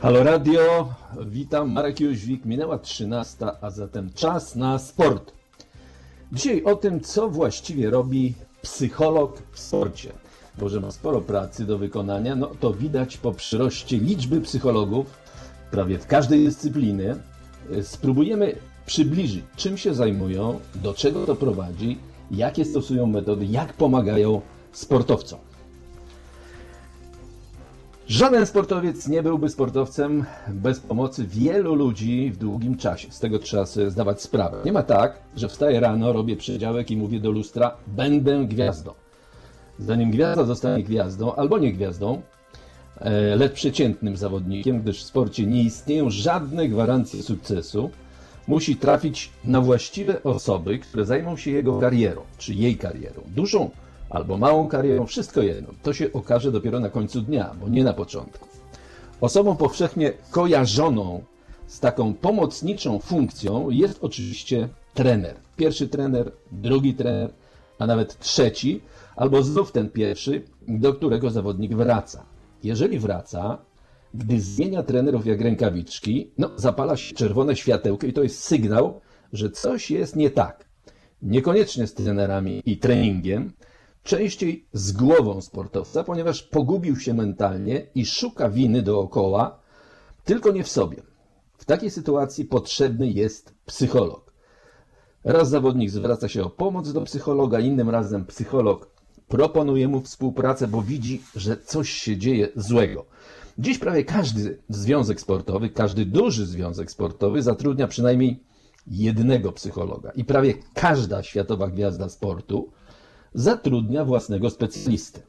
Halo Radio, witam, Marek Jóźwik, minęła 13, a zatem czas na sport. Dzisiaj o tym, co właściwie robi psycholog w sporcie. Bo że ma sporo pracy do wykonania, no to widać po przyroście liczby psychologów prawie w każdej dyscyplinie. Spróbujemy przybliżyć, czym się zajmują, do czego to prowadzi, jakie stosują metody, jak pomagają sportowcom. Żaden sportowiec nie byłby sportowcem bez pomocy wielu ludzi w długim czasie. Z tego trzeba sobie zdawać sprawę. Nie ma tak, że wstaję rano, robię przedziałek i mówię do lustra: będę gwiazdą. Zanim gwiazda zostanie gwiazdą, albo nie gwiazdą, lecz przeciętnym zawodnikiem, gdyż w sporcie nie istnieją żadne gwarancje sukcesu, musi trafić na właściwe osoby, które zajmą się jego karierą, czy jej karierą. Dużą albo małą karierą, wszystko jedno. To się okaże dopiero na końcu dnia, bo nie na początku. Osobą powszechnie kojarzoną z taką pomocniczą funkcją jest oczywiście trener. Pierwszy trener, drugi trener, a nawet trzeci, albo znów ten pierwszy, do którego zawodnik wraca. Jeżeli wraca, gdy zmienia trenerów jak rękawiczki, zapala się czerwone światełko i to jest sygnał, że coś jest nie tak. Niekoniecznie z trenerami i treningiem, częściej z głową sportowca, ponieważ pogubił się mentalnie i szuka winy dookoła, tylko nie w sobie. W takiej sytuacji potrzebny jest psycholog. Raz zawodnik zwraca się o pomoc do psychologa, innym razem psycholog proponuje mu współpracę, bo widzi, że coś się dzieje złego. Dziś prawie każdy związek sportowy, każdy duży związek sportowy zatrudnia przynajmniej jednego psychologa i prawie każda światowa gwiazda sportu zatrudnia własnego specjalistę.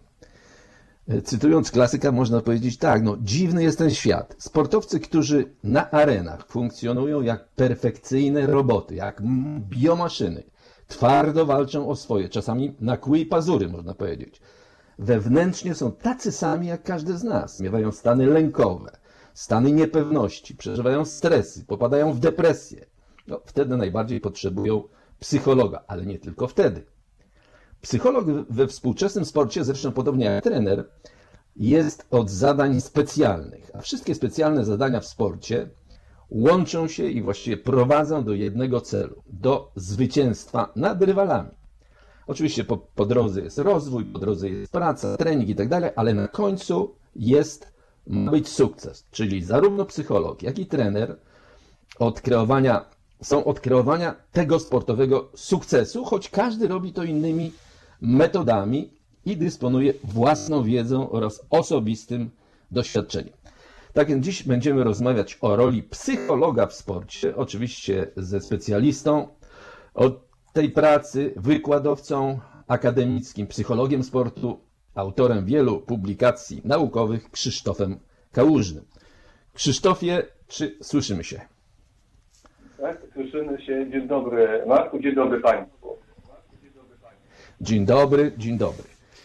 Cytując klasyka, można powiedzieć tak: dziwny jest ten świat. Sportowcy, którzy na arenach funkcjonują jak perfekcyjne roboty, jak biomaszyny, twardo walczą o swoje, czasami na kły i pazury, można powiedzieć. Wewnętrznie są tacy sami jak każdy z nas. Miewają stany lękowe, stany niepewności, przeżywają stresy, popadają w depresję. Wtedy najbardziej potrzebują psychologa, ale nie tylko wtedy. Psycholog we współczesnym sporcie, zresztą podobnie jak trener, jest od zadań specjalnych, a wszystkie specjalne zadania w sporcie łączą się i właściwie prowadzą do jednego celu, do zwycięstwa nad rywalami. Oczywiście po drodze jest rozwój, po drodze jest praca, trening i tak dalej, ale na końcu ma być sukces, czyli zarówno psycholog, jak i trener są od kreowania tego sportowego sukcesu, choć każdy robi to innymi metodami i dysponuje własną wiedzą oraz osobistym doświadczeniem. Tak więc dziś będziemy rozmawiać o roli psychologa w sporcie, oczywiście ze specjalistą od tej pracy, wykładowcą akademickim, psychologiem sportu, autorem wielu publikacji naukowych, Krzysztofem Kałużnym. Krzysztofie, czy słyszymy się? Tak, słyszymy się. Dzień dobry Marku, dzień dobry Państwu. Dzień dobry, dzień dobry.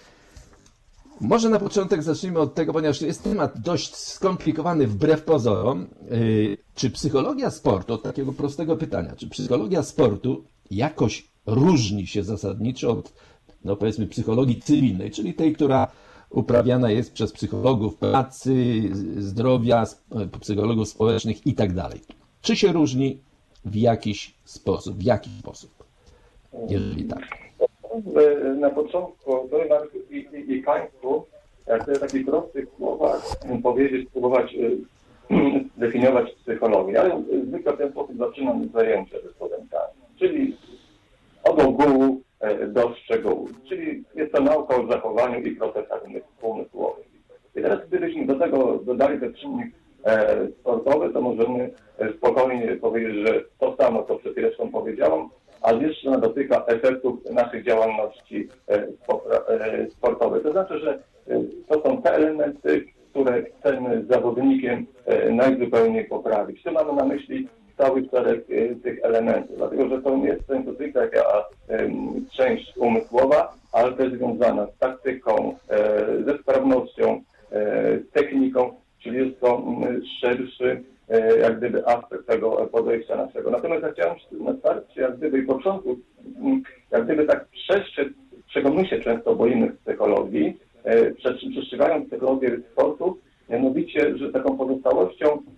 Może na początek zacznijmy od tego, ponieważ jest temat dość skomplikowany wbrew pozorom. Czy psychologia sportu, od takiego prostego pytania, czy psychologia sportu jakoś różni się zasadniczo od, powiedzmy, psychologii cywilnej, czyli tej, która uprawiana jest przez psychologów pracy, zdrowia, psychologów społecznych i tak dalej? Czy się różni w jakiś sposób? W jaki sposób? Jeżeli tak. Na początku, i Państwu, jak w takich prostych słowach spróbować definiować psychologię, ale zwykle w ten sposób zaczynam zajęcia ze studentami, czyli od ogółu do szczegółu, czyli jest to nauka o zachowaniu i procesach umysłowych. I teraz gdybyśmy do tego dodali ten czynnik sportowy, to możemy spokojnie powiedzieć, że to samo, co przed chwileczką powiedziałam, ale jeszcze dotyka efektów naszej działalności sportowej. To znaczy, że to są te elementy, które chcemy z zawodnikiem najzupełniej poprawić. Tu mamy na myśli cały szereg tych elementów, dlatego że to nie jest tylko taka część umysłowa, ale też związana z taktyką, ze sprawnością, z techniką, czyli jest to szerszy aspekt tego podejścia naszego. Natomiast ja chciałem na starcie i początku tak przestrzec, czego my się często boimy w psychologii, przestrzegając psychologię sportu, mianowicie, że taką pozostałością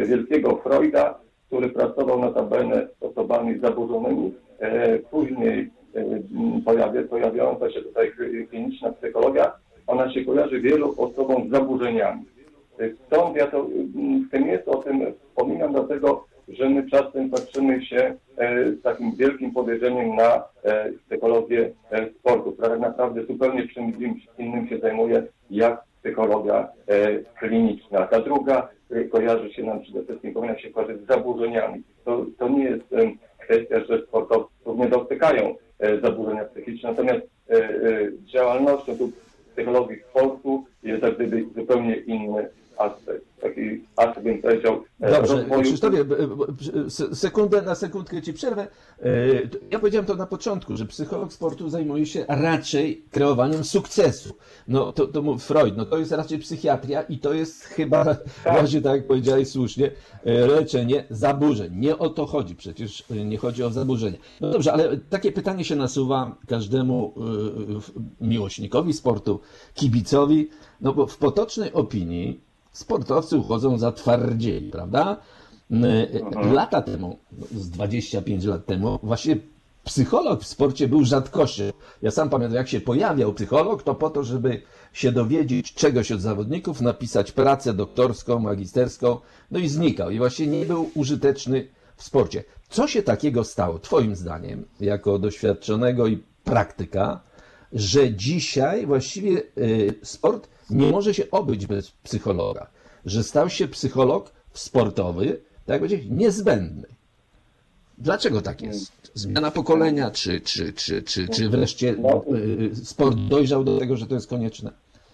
wielkiego Freuda, który pracował notabene z osobami zaburzonymi. Później pojawiająca się tutaj kliniczna psychologia, ona się kojarzy wielu osobom z zaburzeniami. Stąd ja to w tym jest, o tym wspominam, dlatego że my czasem patrzymy się z takim wielkim podejrzeniem na psychologię sportu, która tak naprawdę zupełnie czymś innym się zajmuje, jak psychologia kliniczna. Ta druga kojarzy się nam przede wszystkim, powinna się kojarzyć z zaburzeniami. To nie jest kwestia, że sportowców nie dotykają zaburzenia psychiczne, natomiast działalnością tu psychologii sportu jest jak gdyby zupełnie inny aspekt. Taki aspekt, bym powiedział, Dobrze, rozwoju. Krzysztofie, na sekundkę ci przerwę. Ja powiedziałem to na początku, że psycholog sportu zajmuje się raczej kreowaniem sukcesu. No to mów Freud, no to jest raczej psychiatria i to jest chyba, właśnie tak jak powiedziałeś słusznie, leczenie zaburzeń. Nie o to chodzi, przecież nie chodzi o zaburzenia. No dobrze, ale takie pytanie się nasuwa każdemu miłośnikowi sportu, kibicowi, no bo w potocznej opinii sportowcy uchodzą za twardzieli, prawda? Lata temu, z 25 lat temu, właśnie psycholog w sporcie był rzadkością. Ja sam pamiętam, jak się pojawiał psycholog, to po to, żeby się dowiedzieć czegoś od zawodników, napisać pracę doktorską, magisterską, no i znikał. I właśnie nie był użyteczny w sporcie. Co się takiego stało, twoim zdaniem, jako doświadczonego i praktyka, że dzisiaj właściwie sport nie może się obyć bez psychologa, że stał się psycholog sportowy, tak jak powiedzieć, niezbędny. Dlaczego tak jest? Zmiana pokolenia, czy wreszcie sport dojrzał do tego, że to jest konieczne?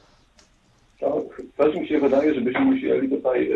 Coś mi się wydaje, żebyśmy musieli tutaj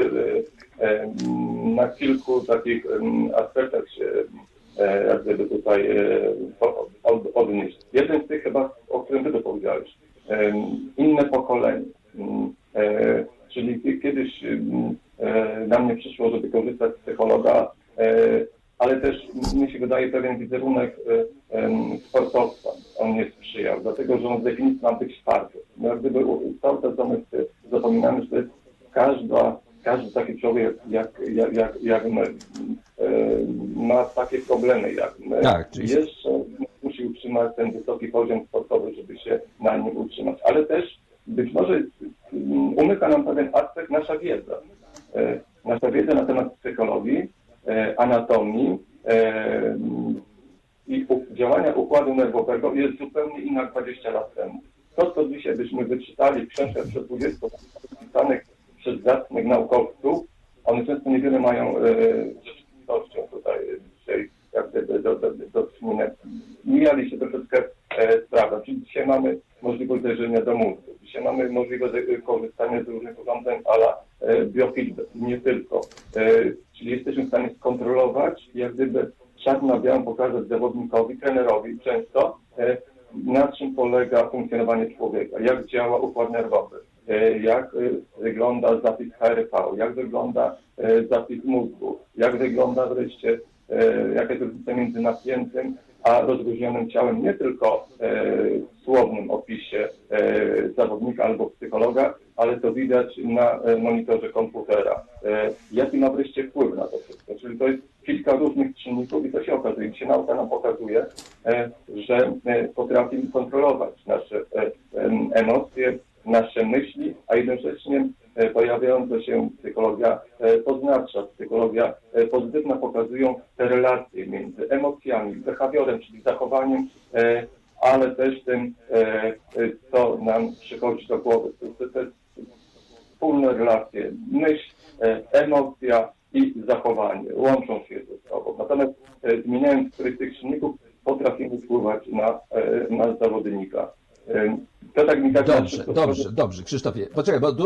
na kilku takich aspektach się jak gdyby tutaj odnieść. Jeden z tych chyba, o którym ty to powiedziałeś, inne pokolenie. Czyli kiedyś na mnie przyszło, żeby korzystać z psychologa, ale też mi się wydaje pewien wizerunek sportowca. On nie sprzyjał, dlatego że on z definicji ma być twardy. No, jak gdyby cały czas zapominamy, że to jest każdy taki człowiek jak my ma takie problemy jak my. Tak, Jeszcze musi utrzymać ten wysoki poziom sportowy, żeby się na nim utrzymać. Ale też być może umyka nam pewien aspekt nasza wiedza. Nasza wiedza na temat psychologii, anatomii i działania układu nerwowego jest zupełnie inna 20 lat temu. To, co dzisiaj byśmy wyczytali w książkach przed 20 lat pisanych przez zacnych naukowców, one często niewiele mają z rzeczywistością tutaj dzisiaj jak gdyby do czynienia. Mijali się troszeczkę sprawą. Czyli dzisiaj mamy możliwość zajrzenia do mózgu. Dzisiaj mamy możliwość korzystania z różnych urządzeń ala biofeedback, nie tylko. Czyli jesteśmy w stanie skontrolować, jak gdyby czarno na białym pokazać zawodnikowi, trenerowi często, na czym polega funkcjonowanie człowieka, jak działa układ nerwowy, jak wygląda zapis HRV, jak wygląda zapis mózgu, jak wygląda wreszcie, jaka jest różnica między napiętym a rozluźnionym ciałem, nie tylko w słownym opisie zawodnika albo psychologa, ale to widać na monitorze komputera. Jaki ma wreszcie wpływ na to wszystko? Czyli to jest kilka różnych czynników i to się okazuje, dzisiaj nauka nam pokazuje, że potrafimy kontrolować nasze emocje, nasze myśli, a jednocześnie pojawiająca się psychologia poznawcza, psychologia pozytywna pokazują te relacje między emocjami, behawiorem, czyli zachowaniem, ale też tym, co nam przychodzi do głowy. To jest wspólne relacje, myśl, emocja i zachowanie łączą się ze sobą. Natomiast zmieniając któryś z tych czynników, potrafimy wpływać na zawodnika. To tak mi tak Dobrze, Krzysztofie. Poczekaj, bo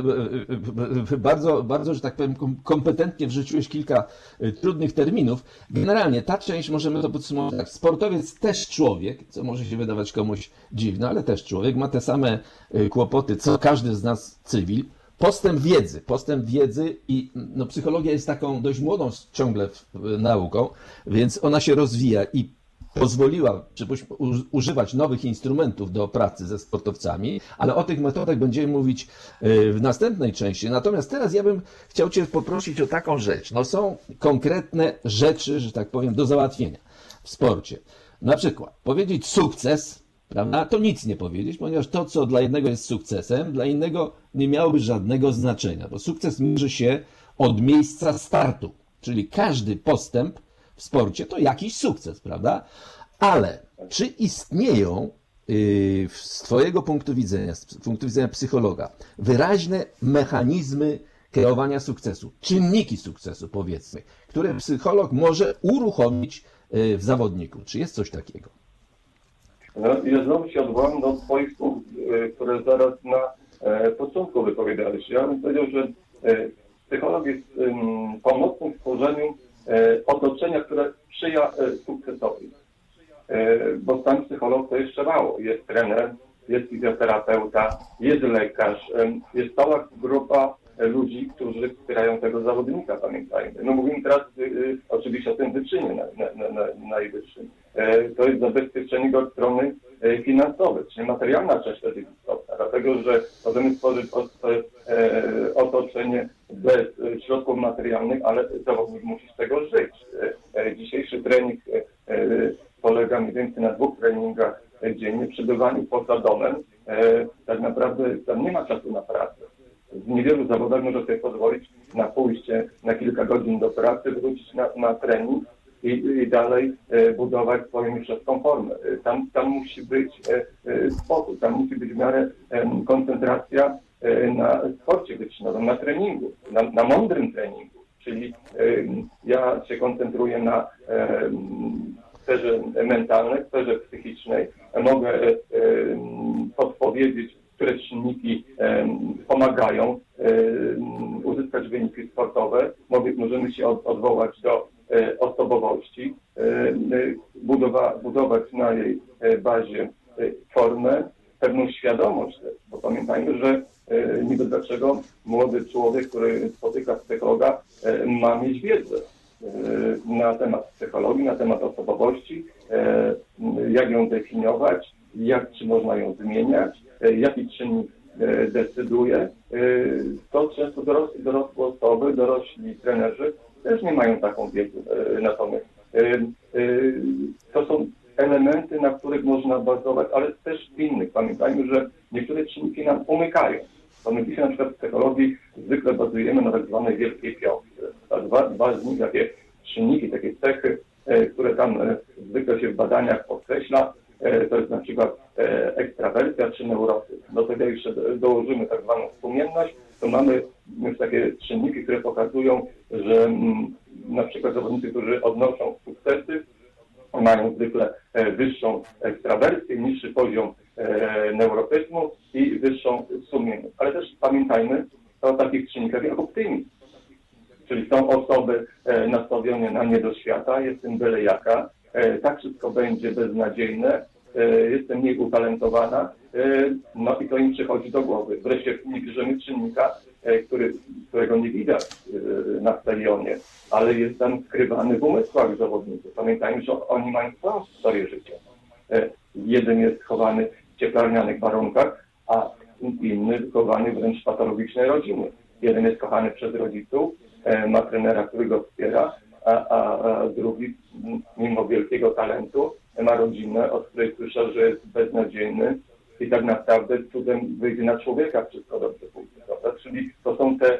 bardzo, że tak powiem, kompetentnie wrzuciłeś kilka trudnych terminów. Generalnie ta część możemy to podsumować tak. Sportowiec też człowiek, co może się wydawać komuś dziwne, ale też człowiek, ma te same kłopoty, co każdy z nas cywil. Postęp wiedzy i no, psychologia jest taką dość młodą ciągle nauką, więc ona się rozwija i pozwoliła używać nowych instrumentów do pracy ze sportowcami, ale o tych metodach będziemy mówić w następnej części. Natomiast teraz ja bym chciał Cię poprosić o taką rzecz. No są konkretne rzeczy, że tak powiem, do załatwienia w sporcie. Na przykład powiedzieć sukces, prawda? To nic nie powiedzieć, ponieważ to, co dla jednego jest sukcesem, dla innego nie miałoby żadnego znaczenia, bo sukces mierzy się od miejsca startu, czyli każdy postęp w sporcie to jakiś sukces, prawda? Ale czy istnieją z Twojego punktu widzenia, z punktu widzenia psychologa, wyraźne mechanizmy kreowania sukcesu, czynniki sukcesu, powiedzmy, które psycholog może uruchomić w zawodniku? Czy jest coś takiego? No, ja znowu się odwołam do swoich słów, które zaraz na początku wypowiadałeś. Ja bym powiedział, że psycholog jest pomocnym w tworzeniu otoczenia, które sprzyja sukcesowi. Bo sam psycholog to jeszcze mało. Jest trener, jest fizjoterapeuta, jest lekarz, jest cała grupa ludzi, którzy wspierają tego zawodnika, pamiętajmy. No mówimy teraz oczywiście o tym wyczynie najwyższym. To jest zabezpieczenie go od strony finansowej, czyli materialna część to jest istotna, dlatego że możemy stworzyć otoczenie bez środków materialnych, ale zawodnik musi z tego żyć. Dzisiejszy trening polega mniej więcej na 2 treningach dziennie, przebywaniu poza domem. Tak naprawdę tam nie ma czasu na pracę. W niewielu zawodach może sobie pozwolić na pójście na kilka godzin do pracy, wrócić na trening i dalej budować swoją mistrzowską formę. Tam musi być spokój, tam musi być w miarę koncentracja na sporcie wyczynowym, na treningu, na mądrym treningu. Czyli ja się koncentruję na sferze mentalnej, sferze psychicznej. Mogę podpowiedzieć, które czynniki pomagają uzyskać wyniki sportowe. Możemy się odwołać do osobowości, budować na jej bazie formę, pewną świadomość też, bo pamiętajmy, że niby dlaczego młody człowiek, który spotyka psychologa, ma mieć wiedzę na temat psychologii, na temat osobowości, jak ją definiować, czy można ją zmieniać, jaki czynnik decyduje. To często dorosłe osoby, dorośli trenerzy też nie mają taką wiedzę. Natomiast to są elementy, na których można bazować, ale też innych. Pamiętajmy, że niektóre czynniki nam umykają. To my dzisiaj na przykład w psychologii zwykle bazujemy na tak zwanej wielkiej piątce. Dwa z nich, takie czynniki, takie cechy, które tam zwykle się w badaniach podkreśla, to jest na przykład ekstrawersja czy neurotyzm. Do tego jeszcze dołożymy tak zwaną sumienność, to mamy już takie czynniki, które pokazują, że na przykład zawodnicy, którzy odnoszą sukcesy, mają zwykle wyższą ekstrawersję, niższy poziom neurotyzmu i wyższą sumienność. Ale też pamiętajmy o takich czynnikach jak optymizm. Czyli są osoby nastawione na nie do świata, jestem byle jaka, tak wszystko będzie beznadziejne, jestem mniej utalentowana, no i to im przychodzi do głowy. Wreszcie nie bierzemy czynnika, którego nie widać na stadionie, ale jest tam skrywany w umysłach zawodników. Pamiętajmy, że oni mają swoją historię życia. Jeden jest chowany w cieplarnianych warunkach, a inny wychowany wręcz patologicznej rodziny. Jeden jest kochany przez rodziców, ma trenera, który go wspiera, a drugi, mimo wielkiego talentu, ma rodzinę, od której słyszał, że jest beznadziejny i tak naprawdę cudem wyjdzie na człowieka, wszystko dobrze pójdzie. Prawda? Czyli to są te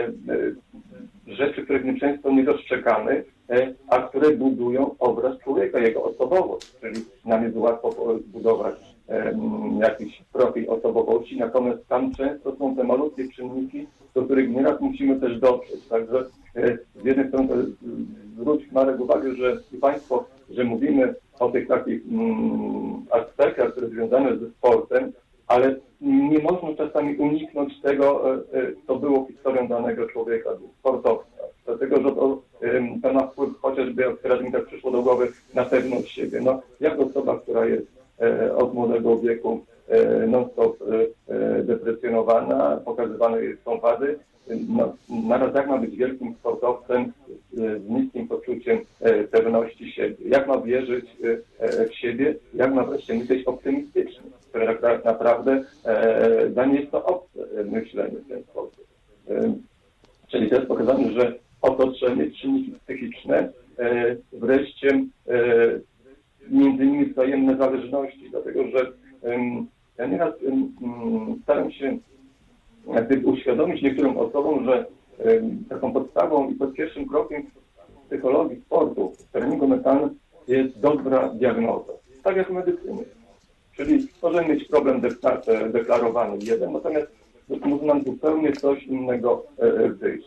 rzeczy, których my często nie dostrzegamy, a które budują obraz człowieka, jego osobowość. Czyli nam jest łatwo zbudować jakiś profil osobowości, natomiast tam często są te malutkie czynniki, do których nieraz musimy też dotrzeć. Także z jednej strony zwróć Marek uwagę, że Państwo, że mówimy o tych takich aspektach, które związane ze sportem, ale nie można czasami uniknąć tego, co było historią danego człowieka, sportowca. Dlatego, że to ma wpływ chociażby, jak teraz mi tak przyszło do głowy, na pewność siebie. No, jak osoba, która jest od młodego wieku non-stop depresjonowana, pokazywane są wady, no, naraz jak ma być wielkim sportowcem z niskim poczuciem poczuciem pewności siebie, jak ma wierzyć w siebie, jak ma wreszcie myśleć optymistycznie, które tak naprawdę dla mnie jest to obce myślenie w ten sposób. Czyli to jest pokazane, że otoczenie, czynniki psychiczne, wreszcie między innymi wzajemne zależności, dlatego że ja nieraz staram się jak gdyby uświadomić niektórym osobom, że taką podstawą i pod pierwszym krokiem w psychologii sportu, w treningu mentalnym jest dobra diagnoza. Tak jak w medycynie. Czyli możemy mieć problem deklarowany jeden, natomiast może nam zupełnie coś innego wyjść.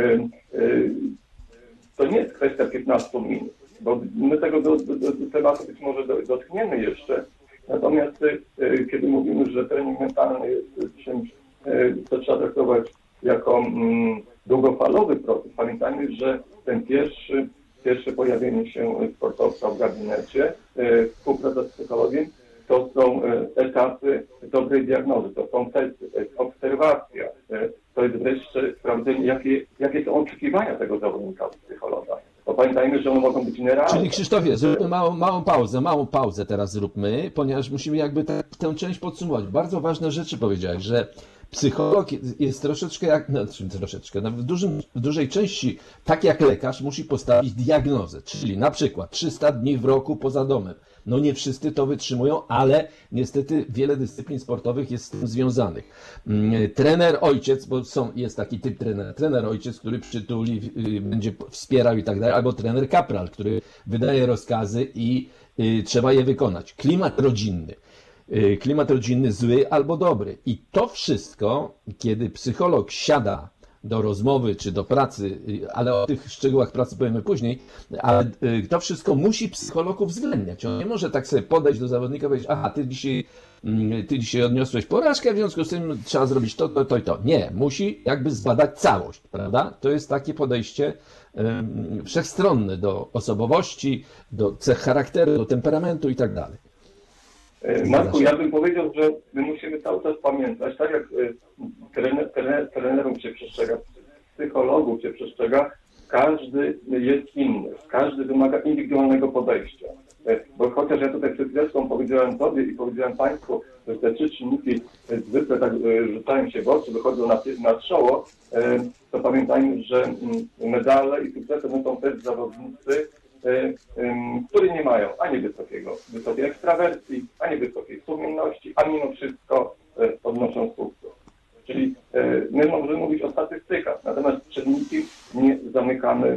To nie jest kwestia 15 minut, bo my tego tematu być może dotkniemy jeszcze. Natomiast kiedy mówimy, że trening mentalny jest czymś, co trzeba traktować jako długofalowy proces, pamiętajmy, że ten pierwsze pojawienie się sportowca w gabinecie, współpraca z psychologiem, to są etapy dobrej diagnozy, to są testy, to jest obserwacja, to jest wreszcie sprawdzenie, jakie są oczekiwania tego zawodnika od psychologa. Bo pamiętajmy, że one mogą być nierealne. Czyli Krzysztofie, zróbmy małą pauzę teraz zróbmy, ponieważ musimy jakby tę część podsumować. Bardzo ważne rzeczy powiedziałeś, że psycholog jest troszeczkę w dużej części, tak jak lekarz, musi postawić diagnozę, czyli na przykład 300 dni w roku poza domem. No nie wszyscy to wytrzymują, ale niestety wiele dyscyplin sportowych jest z tym związanych. Trener ojciec, bo jest taki typ trener ojciec, który przytuli, będzie wspierał i tak dalej, albo trener kapral, który wydaje rozkazy i trzeba je wykonać. Klimat rodzinny zły albo dobry. I to wszystko, kiedy psycholog siada do rozmowy czy do pracy, ale o tych szczegółach pracy powiemy później, ale to wszystko musi psycholog uwzględniać. On nie może tak sobie podejść do zawodnika i powiedzieć, aha, ty dzisiaj odniosłeś porażkę, w związku z tym trzeba zrobić to i to. Nie, musi jakby zbadać całość, prawda? To jest takie podejście wszechstronne do osobowości, do cech charakteru, do temperamentu i tak dalej. Marku, ja bym powiedział, że my musimy cały czas pamiętać, tak jak trenerów się przestrzega, psychologów się przestrzega, każdy jest inny, każdy wymaga indywidualnego podejścia. Bo chociaż ja tutaj przed chwileczką powiedziałem Tobie i powiedziałem Państwu, że te trzy czynniki zwykle tak rzucają się w oczy, wychodzą na czoło, to pamiętajmy, że medale i sukcesy no są też zawodnicy, którzy nie mają ani wysokiej ekstrawersji, ani wysokiej sumienności, a mimo wszystko odnoszą sukces. Czyli my możemy mówić o statystykach, natomiast przed nikim nie zamykamy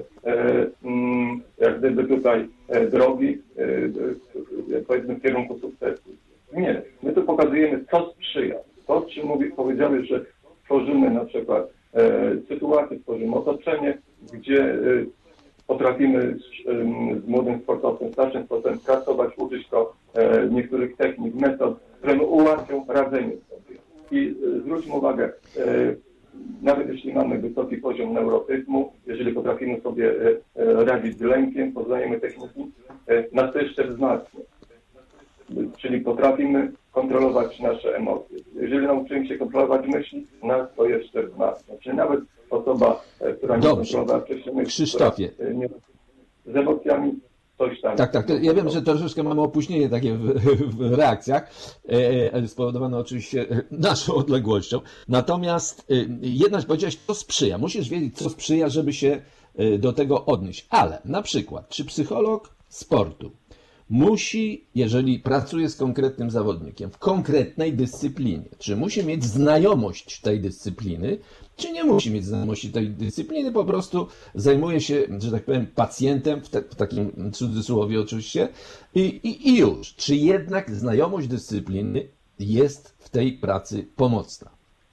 jak gdyby tutaj drogi, powiedzmy w kierunku sukcesu. Nie, my tu pokazujemy, co sprzyja. To, o czym powiedziałeś, że tworzymy na przykład sytuację, tworzymy otoczenie, gdzie potrafimy z młodym sportowcem, starszym sportowcem pracować, uczyć go niektórych technik, metod, które ułatwią radzenie sobie. I zwróćmy uwagę, nawet jeśli mamy wysoki poziom neurotyzmu, jeżeli potrafimy sobie radzić z lękiem, poznajemy techniki, nas to jeszcze wzmacnia. Czyli potrafimy kontrolować nasze emocje. Jeżeli nauczymy się kontrolować myśli, nas to jeszcze wzmacnia. Czyli nawet osoba, która nie kontrolowała wcześniej myśli, Krzysztofie. z emocjami coś tam. Tak. Ja wiem, że troszeczkę mamy opóźnienie takie w reakcjach, spowodowane oczywiście naszą odległością. Natomiast jedna rzecz powiedziałeś, co sprzyja. Musisz wiedzieć, co sprzyja, żeby się do tego odnieść. Ale na przykład, czy psycholog sportu musi, jeżeli pracuje z konkretnym zawodnikiem w konkretnej dyscyplinie, czy musi mieć znajomość tej dyscypliny, czy nie musi mieć znajomości tej dyscypliny, po prostu zajmuje się, że tak powiem, pacjentem, w takim cudzysłowie oczywiście, i już. Czy jednak znajomość dyscypliny jest w tej pracy pomocna?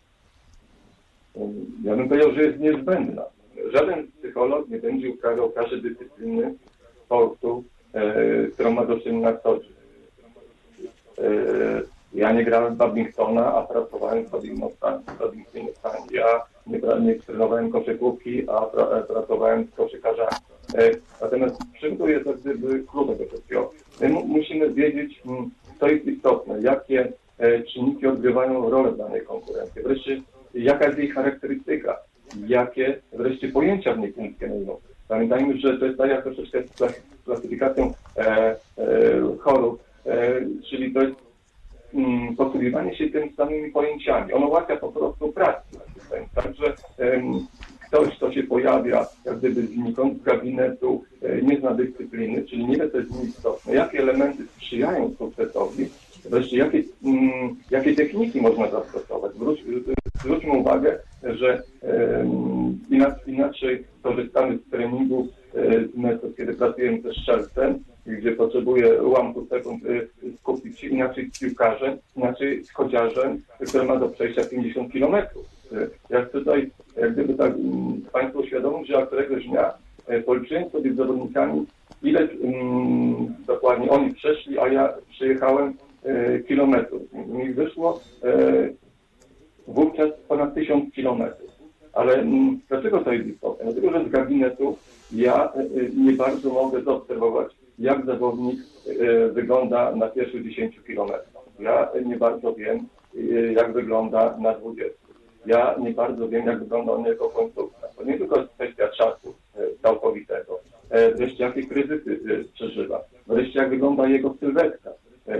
Ja bym powiedział, że jest niezbędna. Żaden psycholog nie będzie uprawiał każdej dyscypliny sportu, którą ma do czynienia na co dzień. Ja nie grałem w badmintona, a pracowałem w badmintonie. Ja nie trenowałem koszykówki, a pracowałem z koszykarzami. Natomiast przygotowuję to gdyby klubę do wszystkiego. My musimy wiedzieć, co jest istotne, jakie czynniki odgrywają rolę w danej konkurencji. Wreszcie, jaka jest jej charakterystyka, jakie wreszcie pojęcia w niej funkcjonują. Pamiętajmy, że to jest tak jak troszeczkę z klasyfikacją chorób, czyli to jest posługiwanie się tymi samymi pojęciami. Ono ułatwia po prostu pracę. Także ktoś, kto się pojawia jak gdyby znikąd z gabinetu, nie zna dyscypliny, czyli nie wie, co jest istotne, jakie elementy sprzyjają sukcesowi, wreszcie jakie techniki można zastosować. Zwróćmy uwagę, że inaczej korzystamy z treningu z metod, kiedy pracujemy ze strzelcem, gdzie potrzebuje ułamku sekund skupić się, inaczej z piłkarzem, inaczej z chociażem, który ma do przejścia 50 km. Jak tutaj, jak gdyby tak Państwo uświadomić, że któregoś dnia policzyłem sobie z zawodnikami, ile dokładnie oni przeszli, a ja przejechałem kilometrów. Mi wyszło wówczas ponad 1000 kilometrów. Ale dlaczego to jest istotne? Dlatego, że z gabinetu ja nie bardzo mogę zaobserwować, jak zawodnik wygląda na pierwszych 10 kilometrach. Ja nie bardzo wiem, jak wygląda na 20. Ja nie bardzo wiem, jak wygląda on jako końcówka. To nie tylko jest kwestia czasu całkowitego. Wreszcie, jakie kryzysy przeżywa. Wreszcie, jak wygląda jego sylwetka.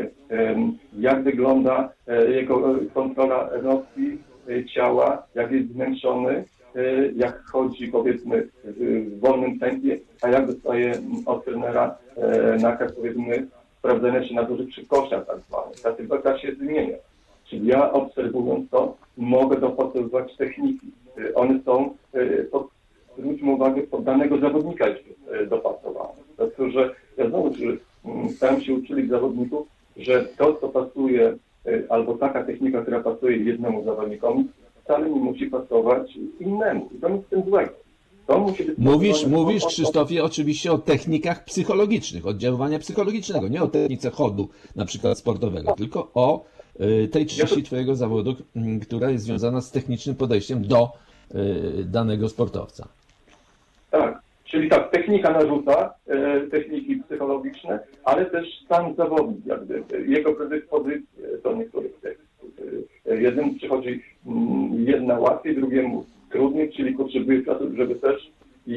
Jak wygląda jego kontrola emocji, ciała, jak jest zmęczony, jak chodzi, powiedzmy, w wolnym tempie, a jak dostaje od trenera nakaz, powiedzmy, sprawdzenia się na dużych szybkościach tak zwanych. Ta sylwetka się zmienia. Czyli ja obserwując to, mogę dopasowywać techniki. One są, zwróćmy uwagę, pod danego zawodnika dopasowane. Dlatego, że ja znowu staram się uczyć zawodników, że to, co pasuje, albo taka technika, która pasuje jednemu zawodnikowi, wcale nie musi pasować innemu. I to nic z tym złego. To musi być Mówisz, Krzysztofie, oczywiście o technikach psychologicznych, oddziaływania psychologicznego, nie o technice chodu, na przykład sportowego, tylko o tej części Twojego zawodu, która jest związana z technicznym podejściem do danego sportowca. Tak, czyli tak, technika narzuca, techniki psychologiczne, ale też sam zawodnik, jak gdyby, jego predyspozycje do niektórych technik. Jednemu przychodzi jedna łatwiej, drugiemu trudniej, czyli potrzebuje czasu, żeby też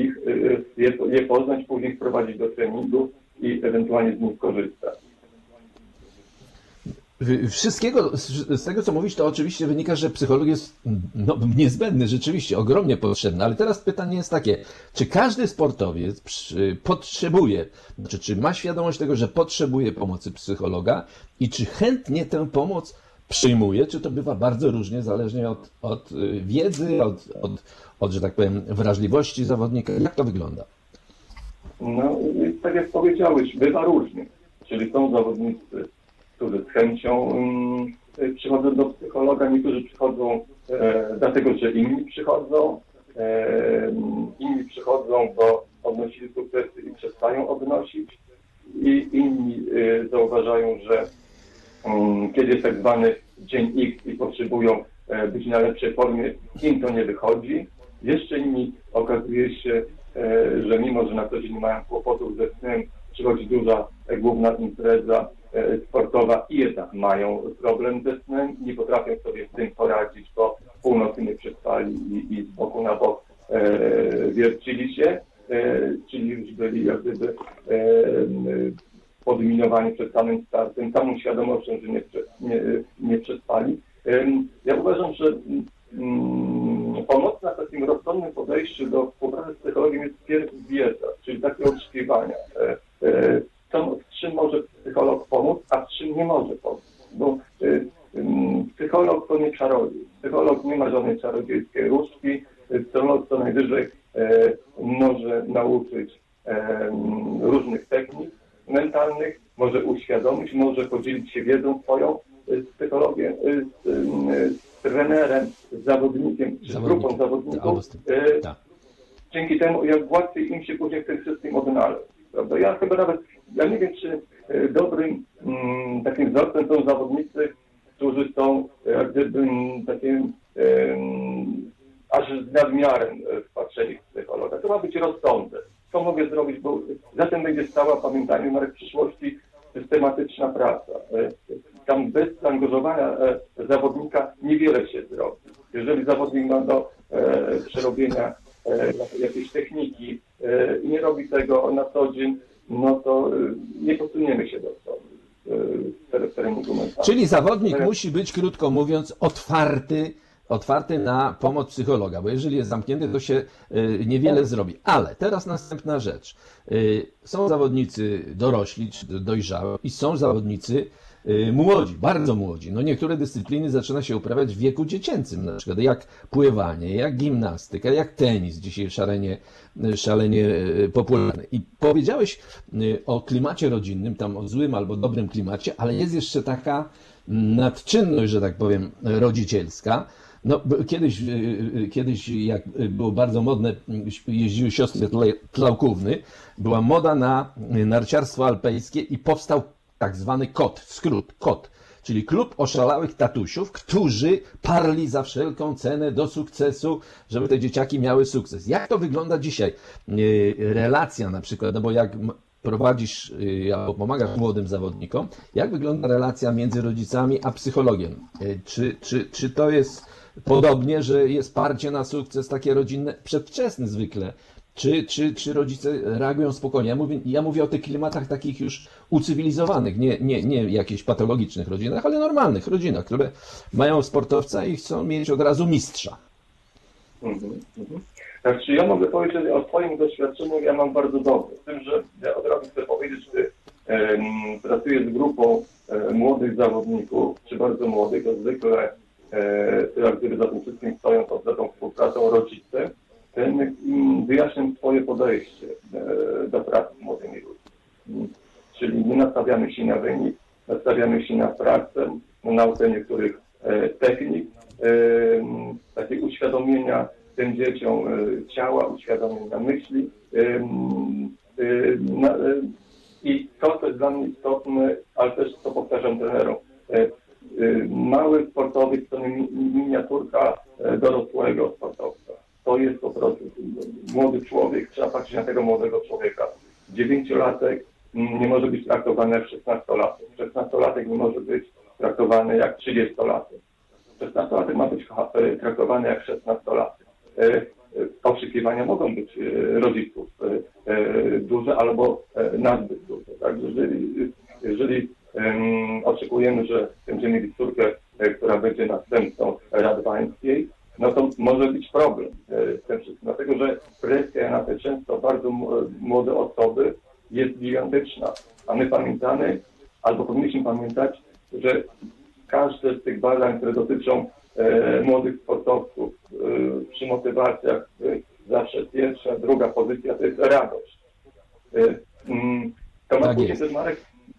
je poznać, później wprowadzić do treningu i ewentualnie z nich korzystać. Wszystkiego z tego, co mówisz, to oczywiście wynika, że psycholog jest niezbędny, rzeczywiście, ogromnie potrzebny. Ale teraz pytanie jest takie, czy każdy sportowiec potrzebuje, znaczy czy ma świadomość tego, że potrzebuje pomocy psychologa i czy chętnie tę pomoc przyjmuje, czy to bywa bardzo różnie, zależnie od wiedzy, od, że tak powiem, wrażliwości zawodnika. Jak to wygląda? No, tak jak powiedziałeś, bywa różnie. Czyli są zawodnicy, którzy z chęcią przychodzą do psychologa, niektórzy przychodzą dlatego, że inni przychodzą, bo odnosili sukcesy i przestają odnosić i inni zauważają, że kiedy jest tak zwany dzień X i potrzebują być na lepszej formie, im to nie wychodzi. Jeszcze inni okazuje się, że mimo, że na co dzień nie mają kłopotów ze snem, przychodzi duża główna impreza sportowa i jednak mają problem ze snem, nie potrafią sobie z tym poradzić, bo północy nie przespali i z boku na bok wiercili się, czyli już byli jak gdyby podminowani przed samym startem, samą świadomością, że nie przespali. Ja uważam, że pomocna w takim rozsądnym podejściu do współpracy z psychologiem jest pierw wiedza, czyli takie oczekiwania. W czym może psycholog pomóc, a w czym nie może pomóc. Bo psycholog to nie czarodziej. Psycholog nie ma żadnej czarodziejskiej różdżki. Psycholog co najwyżej może nauczyć różnych technik mentalnych, może uświadomić, może podzielić się wiedzą swoją z psychologiem, z trenerem, z zawodnikiem, czy z grupą zawodników. Dzięki temu, jak łatwiej im się później w tym wszystkim odnaleźć. Prawda? Ja nie wiem, czy dobrym takim wzorcem są zawodnicy, którzy są jak gdyby takim aż z nadmiarem wpatrzeni w psychologa. To ma być rozsądek. Co mogę zrobić, bo za tym będzie stała, pamiętajmy, Marek, w przyszłości systematyczna praca. Tam bez zaangażowania zawodnika niewiele się zrobi. Jeżeli zawodnik ma do przerobienia jakiejś techniki, nie robi tego na co dzień, no to nie posuniemy się do przodu w treningu mentalnym. Czyli zawodnik musi być, krótko mówiąc, otwarty na pomoc psychologa, bo jeżeli jest zamknięty, to się niewiele zrobi. Ale teraz następna rzecz. Są zawodnicy dorośli, czy dojrzałe i są zawodnicy młodzi, bardzo młodzi. No niektóre dyscypliny zaczyna się uprawiać w wieku dziecięcym, na przykład jak pływanie, jak gimnastyka, jak tenis, dzisiaj szalenie popularny. I powiedziałeś o klimacie rodzinnym, tam o złym albo dobrym klimacie, ale jest jeszcze taka nadczynność, że tak powiem, rodzicielska. No, kiedyś, jak było bardzo modne, jeździły siostry Tlałkówny, była moda na narciarstwo alpejskie i powstał tak zwany KOT, skrót KOT, czyli Klub Oszalałych Tatusiów, którzy parli za wszelką cenę do sukcesu, żeby te dzieciaki miały sukces. Jak to wygląda dzisiaj? Relacja na przykład, no bo jak prowadzisz albo pomagasz młodym zawodnikom, jak wygląda relacja między rodzicami a psychologiem? Czy to jest podobnie, że jest parcie na sukces takie rodzinne, przedwczesne zwykle? Czy rodzice reagują spokojnie? Ja mówię o tych klimatach takich już ucywilizowanych, nie jakichś patologicznych rodzinach, ale normalnych rodzinach, które mają sportowca i chcą mieć od razu mistrza. Tak, czy ja mogę powiedzieć o swoim doświadczeniu, ja mam bardzo dobre. Z tym, że ja od razu chcę powiedzieć, że pracuję z grupą młodych zawodników, czy bardzo młodych, to zwykle jak gdyby za tym wszystkim stoją za tą współpracą rodzice, wyjaśniam swoje podejście do pracy z młodymi ludźmi. Czyli nie nastawiamy się na wynik, nastawiamy się na pracę, na naukę niektórych technik, takie uświadomienia tym dzieciom ciała, uświadomienia myśli. I to, co jest dla mnie istotne, ale też to powtarzam trenerom, mały sportowiec to nie miniaturka dorosłego sportowca. To jest po prostu młody człowiek, trzeba patrzeć na tego młodego człowieka. 9-latek nie może być traktowany jak 16-latek. 16-latek nie może być traktowany jak 30-latek. 16-latek ma być traktowany jak 16-latek. Oczekiwania mogą być rodziców duże albo nazbyt duże. Także jeżeli oczekujemy, że będziemy mieli córkę, która będzie następcą Radwańskiej, no to może być problem z tym wszystkim, dlatego że presja na te często bardzo młode osoby jest gigantyczna, a my pamiętamy, albo powinniśmy pamiętać, że każde z tych badań, które dotyczą młodych sportowców przy motywacjach, zawsze pierwsza, druga pozycja to jest radość. To ma później też, Marek?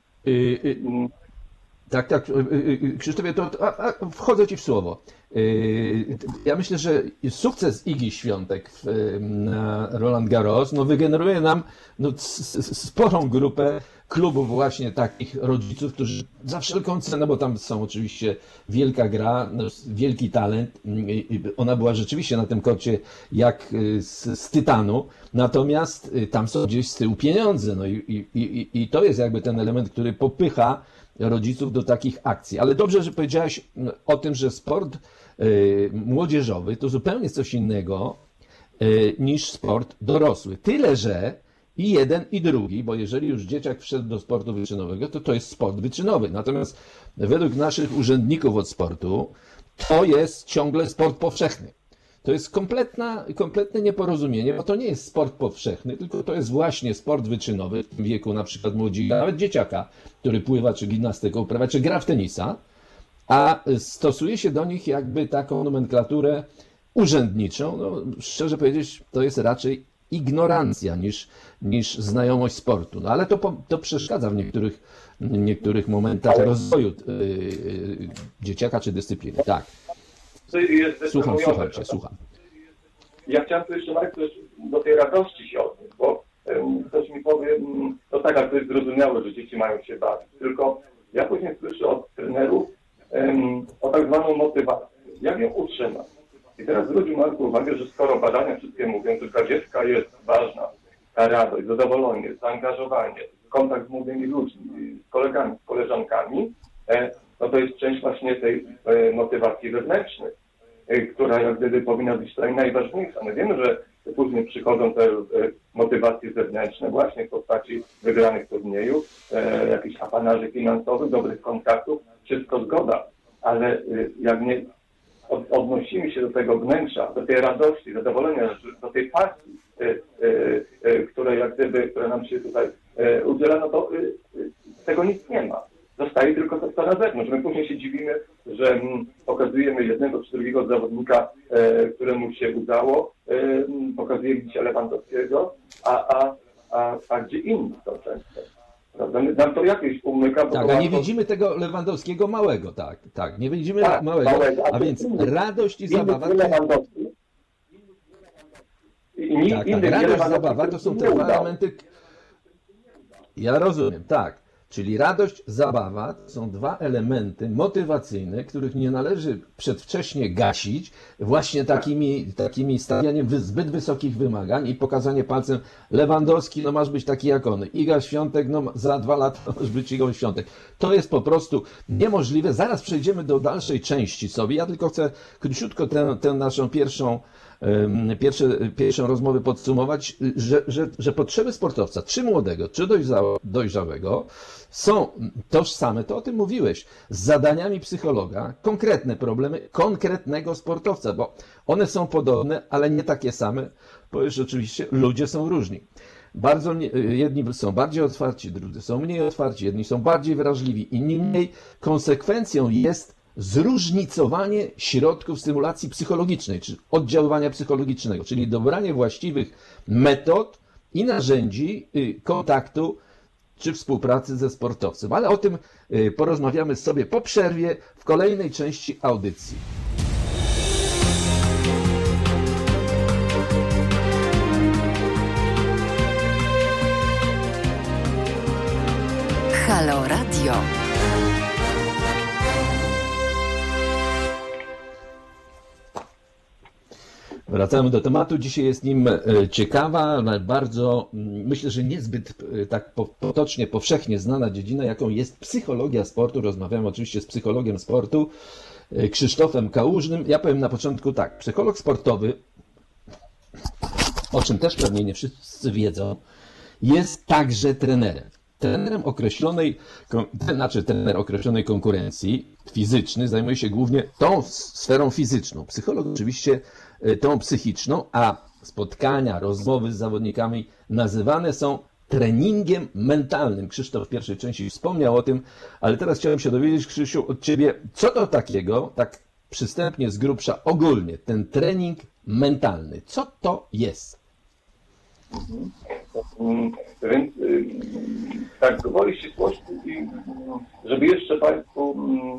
Tak, Krzysztofie, to wchodzę Ci w słowo. Ja myślę, że sukces Igi Świątek na Roland Garros wygeneruje nam sporą grupę klubów właśnie takich rodziców, którzy za wszelką cenę, bo tam są oczywiście wielka gra, wielki talent. Ona była rzeczywiście na tym korcie jak z tytanu, natomiast tam są gdzieś z tyłu pieniądze. I to jest jakby ten element, który popycha rodziców do takich akcji. Ale dobrze, że powiedziałeś o tym, że sport młodzieżowy to zupełnie coś innego niż sport dorosły. Tyle, że i jeden, i drugi, bo jeżeli już dzieciak wszedł do sportu wyczynowego, to jest sport wyczynowy. Natomiast według naszych urzędników od sportu to jest ciągle sport powszechny. To jest kompletne nieporozumienie, bo to nie jest sport powszechny, tylko to jest właśnie sport wyczynowy w tym wieku, na przykład młodzika, nawet dzieciaka, który pływa, czy gimnastykę uprawia, czy gra w tenisa, a stosuje się do nich jakby taką nomenklaturę urzędniczą. Szczerze powiedzieć, to jest raczej ignorancja niż znajomość sportu. Ale to przeszkadza w niektórych momentach rozwoju dzieciaka czy dyscypliny. Tak. Słucham Cię. Ja chciałem tu jeszcze, Marek, też do tej radości się odnieść, bo ktoś mi powie, to tak, jak to jest zrozumiałe, że dzieci mają się bawić. Tylko ja później słyszę od trenerów o tak zwaną motywację. Jak ją utrzymać? I teraz zwrócił Marku uwagę, że skoro badania wszystkie mówią, że dla dziecka jest ważna ta radość, zadowolenie, zaangażowanie, kontakt z młodymi ludźmi, z kolegami, z koleżankami, no to jest część właśnie tej motywacji wewnętrznej, która jak gdyby powinna być tutaj najważniejsza. My wiemy, że później przychodzą te motywacje zewnętrzne właśnie w postaci wygranych turniejów, jakichś apanarzy finansowych, dobrych kontaktów, wszystko zgoda, ale jak nie odnosimy się do tego wnętrza, do tej radości, zadowolenia, do tej pasji, która nam się tutaj udziela, no to tego nic nie ma. Zostaje tylko to na zewnątrz. My później się dziwimy, że pokazujemy jednego czy drugiego zawodnika, któremu się udało, pokazujemy dzisiaj Lewandowskiego, a gdzie inni są często. Prawda? Nam to jakieś umyka. Tak, a nie widzimy tego Lewandowskiego małego, tak, nie widzimy małego, a więc radość i zabawa. Radość i zabawa to są te dwa elementy. Ja rozumiem, tak. Czyli radość, zabawa to są dwa elementy motywacyjne, których nie należy przedwcześnie gasić właśnie takimi stawianiem zbyt wysokich wymagań i pokazanie palcem Lewandowski, no masz być taki jak on, Iga Świątek, no za 2 lata masz być Igą Świątek. To jest po prostu niemożliwe. Zaraz przejdziemy do dalszej części sobie. Ja tylko chcę króciutko tę naszą pierwszą rozmowę podsumować, że potrzeby sportowca, czy młodego, czy dojrzałego, są tożsame, to o tym mówiłeś, z zadaniami psychologa, konkretne problemy konkretnego sportowca, bo one są podobne, ale nie takie same, bo już oczywiście ludzie są różni. Jedni są bardziej otwarci, drudzy są mniej otwarci, jedni są bardziej wrażliwi, inni mniej. Konsekwencją jest zróżnicowanie środków stymulacji psychologicznej, czy oddziaływania psychologicznego, czyli dobranie właściwych metod i narzędzi kontaktu czy współpracy ze sportowcem. Ale o tym porozmawiamy sobie po przerwie w kolejnej części audycji. Halo Radio. Wracamy do tematu. Dzisiaj jest nim ciekawa, ale bardzo, myślę, że niezbyt tak potocznie, powszechnie znana dziedzina, jaką jest psychologia sportu. Rozmawiamy oczywiście z psychologiem sportu, Krzysztofem Kałużnym. Ja powiem na początku tak, psycholog sportowy, o czym też pewnie nie wszyscy wiedzą, jest także trenerem. Trener określonej konkurencji fizyczny zajmuje się głównie tą sferą fizyczną. Psycholog oczywiście tą psychiczną, a spotkania, rozmowy z zawodnikami nazywane są treningiem mentalnym. Krzysztof w pierwszej części wspomniał o tym, ale teraz chciałem się dowiedzieć, Krzysiu, od Ciebie, co to takiego, tak przystępnie z grubsza, ogólnie, ten trening mentalny. Co to jest? Więc tak gwoli ścisłości i żeby jeszcze Państwu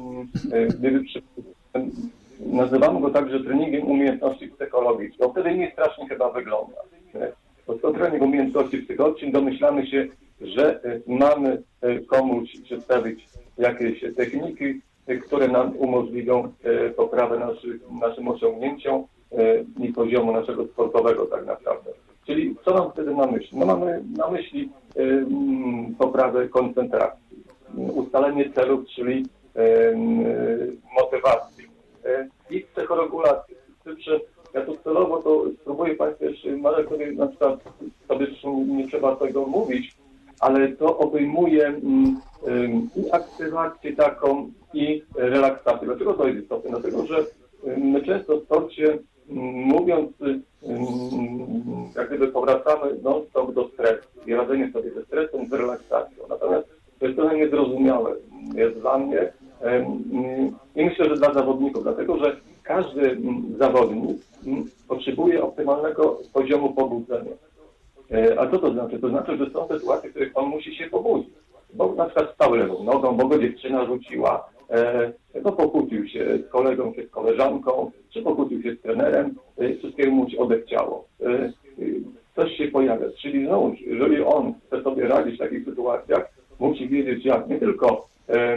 nazywamy go także treningiem umiejętności psychologicznych. No wtedy nie strasznie chyba wygląda. Bo to trening umiejętności psychologicznych, domyślamy się, że mamy komuś przedstawić jakieś techniki, które nam umożliwią poprawę naszym osiągnięciom i poziomu naszego sportowego tak naprawdę. Czyli co mam wtedy na myśli? No mamy na myśli poprawę koncentracji, ustalenie celów, czyli motywacji i psychoregulację. Ja tu celowo to spróbuję Państwu jeszcze, ale sobie na przykład sobie nie trzeba tego mówić, ale to obejmuje i aktywację taką, i relaksację. Dlaczego to jest istotne? Dlatego, że my często w sporcie mówiąc, jak gdyby powracamy non-stop do stresu i radzenie sobie ze stresem, z relaksacją. Natomiast to jest trochę niezrozumiałe jest dla mnie i myślę, że dla zawodników, dlatego że każdy zawodnik potrzebuje optymalnego poziomu pobudzenia. A co to znaczy? To znaczy, że są sytuacje, w których on musi się pobudzić. Bo na przykład stał lewą nogą, bo go dziewczyna rzuciła, no pokłócił się z kolegą czy z koleżanką, czy pokłócił się z trenerem, wszystkiego mu się odechciało. Coś się pojawia. Czyli znowu, jeżeli on chce sobie radzić w takich sytuacjach, musi wiedzieć jak nie tylko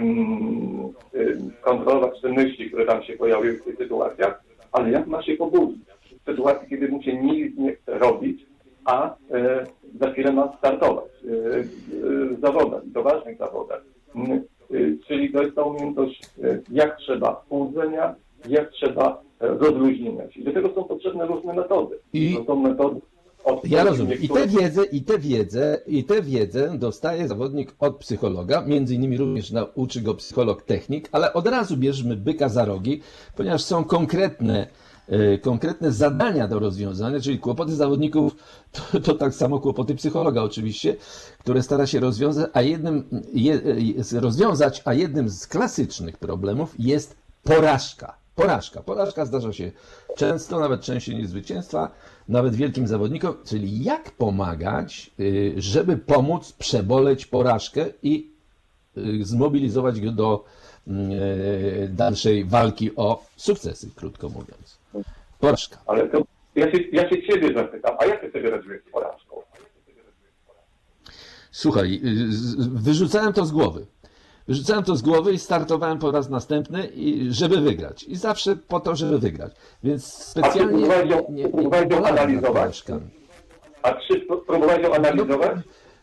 kontrolować te myśli, które tam się pojawiły w tych sytuacjach, ale jak ma się pobudzić. W sytuacji, kiedy mu się nic nie chce robić, a za chwilę ma startować w zawodach, i to ważnych zawodach. Czyli to jest ta umiejętność, jak trzeba chłodzenia, jak trzeba rozluźnienia się. Do tego są potrzebne różne metody. To są metody ja rozumiem. I tę wiedzę dostaje zawodnik od psychologa, między innymi również nauczy go psycholog technik, ale od razu bierzmy byka za rogi, ponieważ są konkretne zadania do rozwiązania, czyli kłopoty zawodników to tak samo kłopoty psychologa oczywiście, które stara się rozwiązać, a jednym z klasycznych problemów jest porażka. Porażka zdarza się często, nawet częściej niż zwycięstwa, nawet wielkim zawodnikom, czyli jak pomagać, żeby pomóc przeboleć porażkę i zmobilizować go do dalszej walki o sukcesy, krótko mówiąc. Porażka. Ale to ja się ciebie zapytam, a jak ty sobie radziłeś z porażką? Słuchaj, wyrzucałem to z głowy i startowałem po raz następny, żeby wygrać. I zawsze po to, żeby wygrać. Więc specjalnie nie analizować? A czy próbowałeś ją analizować?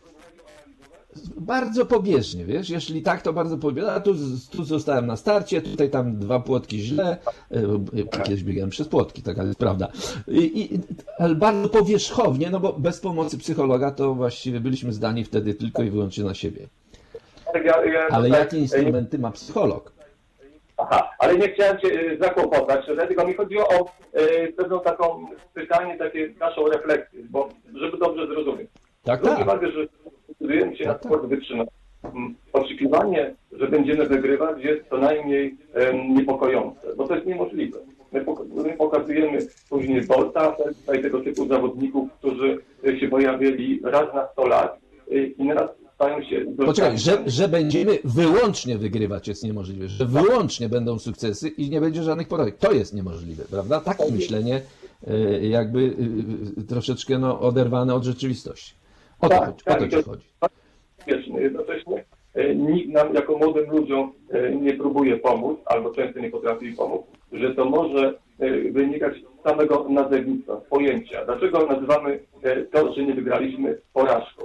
Bardzo pobieżnie, wiesz, jeśli tak, to bardzo pobieżnie. A tu zostałem na starcie, tutaj tam 2 płotki źle, kiedyś biegałem przez płotki, taka jest prawda. Ale bardzo powierzchownie, no bo bez pomocy psychologa to właściwie byliśmy zdani wtedy tylko i wyłącznie na siebie. Ale jakie instrumenty ma psycholog? Aha, ale nie chciałem cię zakłopotać, tylko mi chodziło o pewną taką pytanie, takie naszą refleksję, bo żeby dobrze zrozumieć. Zwróć uwagę, że decydujemy się na sport wytrzymały. Oczekiwanie, że będziemy wygrywać, jest co najmniej niepokojące, bo to jest niemożliwe. My pokazujemy później Bolta, i tego typu zawodników, którzy się pojawili raz na 100 lat i nieraz stają się... Poczekaj, że będziemy wyłącznie wygrywać jest niemożliwe, że wyłącznie będą sukcesy i nie będzie żadnych porażek. To jest niemożliwe, prawda? Takie myślenie jakby troszeczkę oderwane od rzeczywistości. O to ci chodzi. Jednocześnie nikt nam jako młodym ludziom nie próbuje pomóc, albo często nie potrafi pomóc, że to może wynikać z samego nazewnictwa, pojęcia. Dlaczego nazywamy to, że nie wygraliśmy, porażką?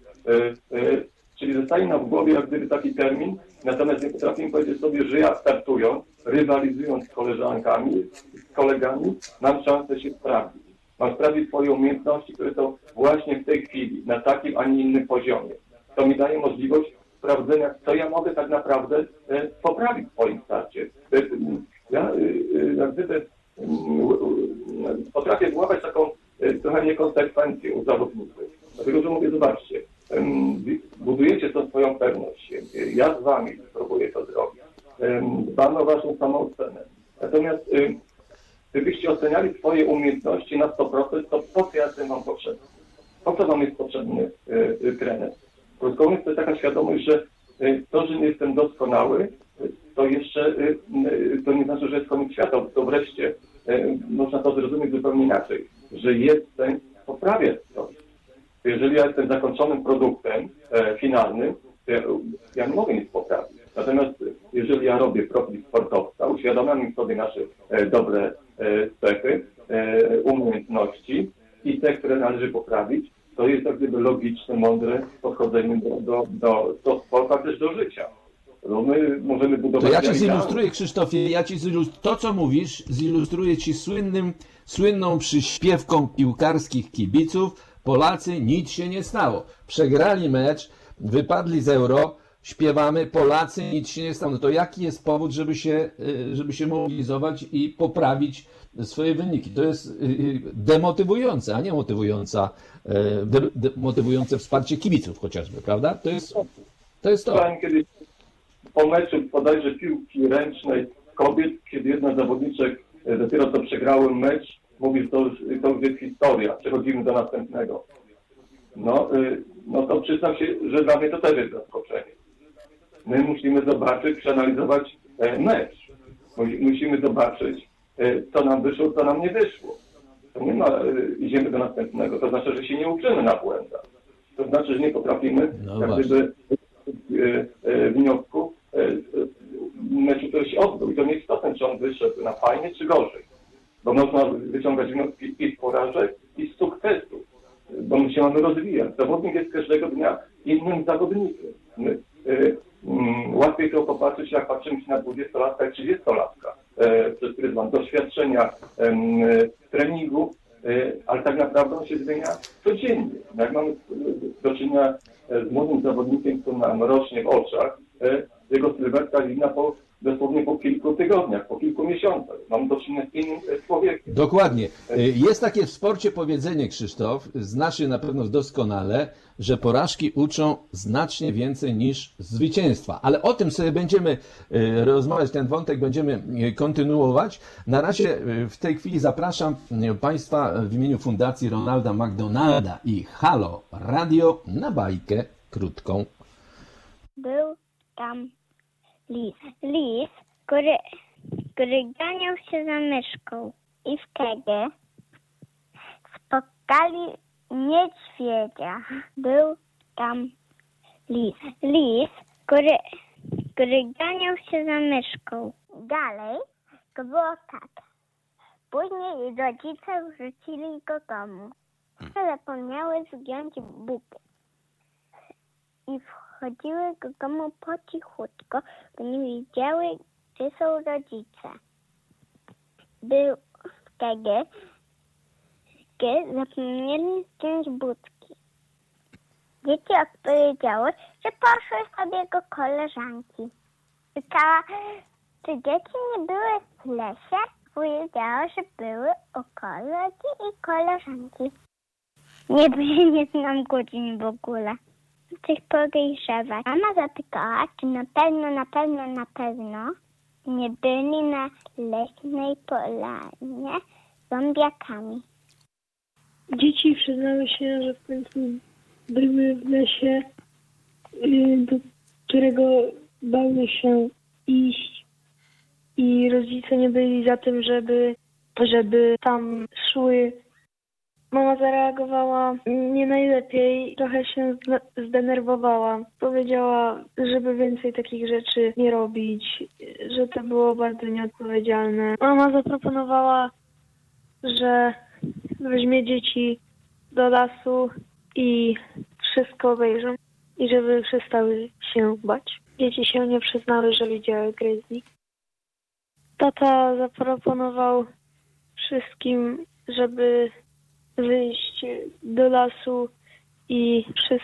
Czyli zostaje nam w głowie jak gdyby taki termin, natomiast nie potrafimy powiedzieć sobie, że ja startując, rywalizując z koleżankami, z kolegami, mam szansę się sprawdzić. Mam sprawdzić swoje umiejętności, które są właśnie w tej chwili, na takim, a nie innym poziomie. To mi daje możliwość sprawdzenia, co ja mogę tak naprawdę poprawić w swoim starcie. Ja jak gdyby potrafię wyłapać taką trochę niekonsekwencję u zawodników. Dlatego, że mówię, zobaczcie, budujecie tą swoją pewność siebie. Ja z wami próbuję to zrobić. Dbam o waszą samoocenę. Natomiast gdybyście oceniali swoje umiejętności na 100%, to po co ja jestem wam potrzebny? Po co wam jest potrzebny trener? Krótko mówiąc, to jest taka świadomość, że to, że nie jestem doskonały, to jeszcze to nie znaczy, że jest koniec świata. To wreszcie można to zrozumieć zupełnie inaczej, że jestem poprawiać coś. Jeżeli ja jestem zakończonym produktem finalnym, to ja nie mogę nic poprawić. Natomiast jeżeli ja robię profil sportowca, uświadamiam sobie nasze dobre cechy, umiejętności i te, które należy poprawić, to jest jak gdyby logiczne, mądre podchodzenie do sportu, a też do życia. No my możemy budować... To ja ci zilustruję, Krzysztofie, to co mówisz, zilustruję ci słynną przyśpiewką piłkarskich kibiców. Polacy, nic się nie stało. Przegrali mecz, wypadli z Euro, śpiewamy, Polacy, nic się nie stało. No to jaki jest powód, żeby się mobilizować i poprawić swoje wyniki? To jest demotywujące, a nie motywujące wsparcie kibiców chociażby, prawda? To jest to. Kiedyś po meczu bodajże piłki ręcznej kobiet, kiedy jedna z zawodniczek dopiero co przegrały mecz, mówi, że to już jest historia, przechodzimy do następnego. No to przyznam się, że dla mnie to też jest zaskoczenie. My musimy zobaczyć, przeanalizować mecz. Musimy zobaczyć, co nam wyszło, co nam nie wyszło. To nie ma, idziemy do następnego. To znaczy, że się nie uczymy na błędach. To znaczy, że nie potrafimy jak gdyby wniosku meczu, który się odbył. I to nie jest istotne, czy on wyszedł na fajnie, czy gorzej. Bo można wyciągać wnioski i z porażek, i z sukcesów. Bo my się mamy rozwijać. Zawodnik jest każdego dnia innym zawodnikiem. Łatwiej to popatrzeć, jak patrzymy się na 20-latka i 30-latka. przez pryzmat doświadczenia treningu, ale tak naprawdę on się zmienia codziennie. Jak mamy do czynienia z młodym zawodnikiem, to nam rośnie w oczach, jego sylwetka widna dosłownie po kilku tygodniach, po kilku miesiącach. Mamy do czynienia z innym człowiekiem. Dokładnie. Jest takie w sporcie powiedzenie, Krzysztof, znasz je na pewno doskonale, że porażki uczą znacznie więcej niż zwycięstwa. Ale o tym sobie będziemy rozmawiać, ten wątek będziemy kontynuować. Na razie w tej chwili zapraszam Państwa w imieniu Fundacji Ronalda McDonalda i Halo Radio na bajkę krótką. Był tam lis. Lis, który ganiał się za myszką. I wtedy spotkali niedźwiedzia. Był tam lis. Lis, który ganiał się za myszką. Dalej to było tak. Później rodzice wrzucili go domu. Zapomniały zgiąć buty. I wchodziły do domu po cichutko, bo nie wiedziały, gdzie są rodzice. Był wtedy, kiedy zapomnieli zdjąć butki. Dzieci odpowiedziały, że poszły sobie do koleżanki. Pytała, czy dzieci nie były w lesie? Powiedziała, że były u kolegi i koleżanki. Nie znam godzin w ogóle. Coś podejrzewać. Mama zapytała, czy na pewno nie byli na leśnej polanie zombiakami. Dzieci przyznały się, że w końcu były w lesie, do którego bały się iść i rodzice nie byli za tym, żeby tam szły. Mama zareagowała nie najlepiej, trochę się zdenerwowała. Powiedziała, żeby więcej takich rzeczy nie robić, że to było bardzo nieodpowiedzialne. Mama zaproponowała, że weźmie dzieci do lasu i wszystko obejrzą i żeby przestały się bać. Dzieci się nie przyznały, że widziały grizzly. Tata zaproponował wszystkim, żeby wyjść do lasu i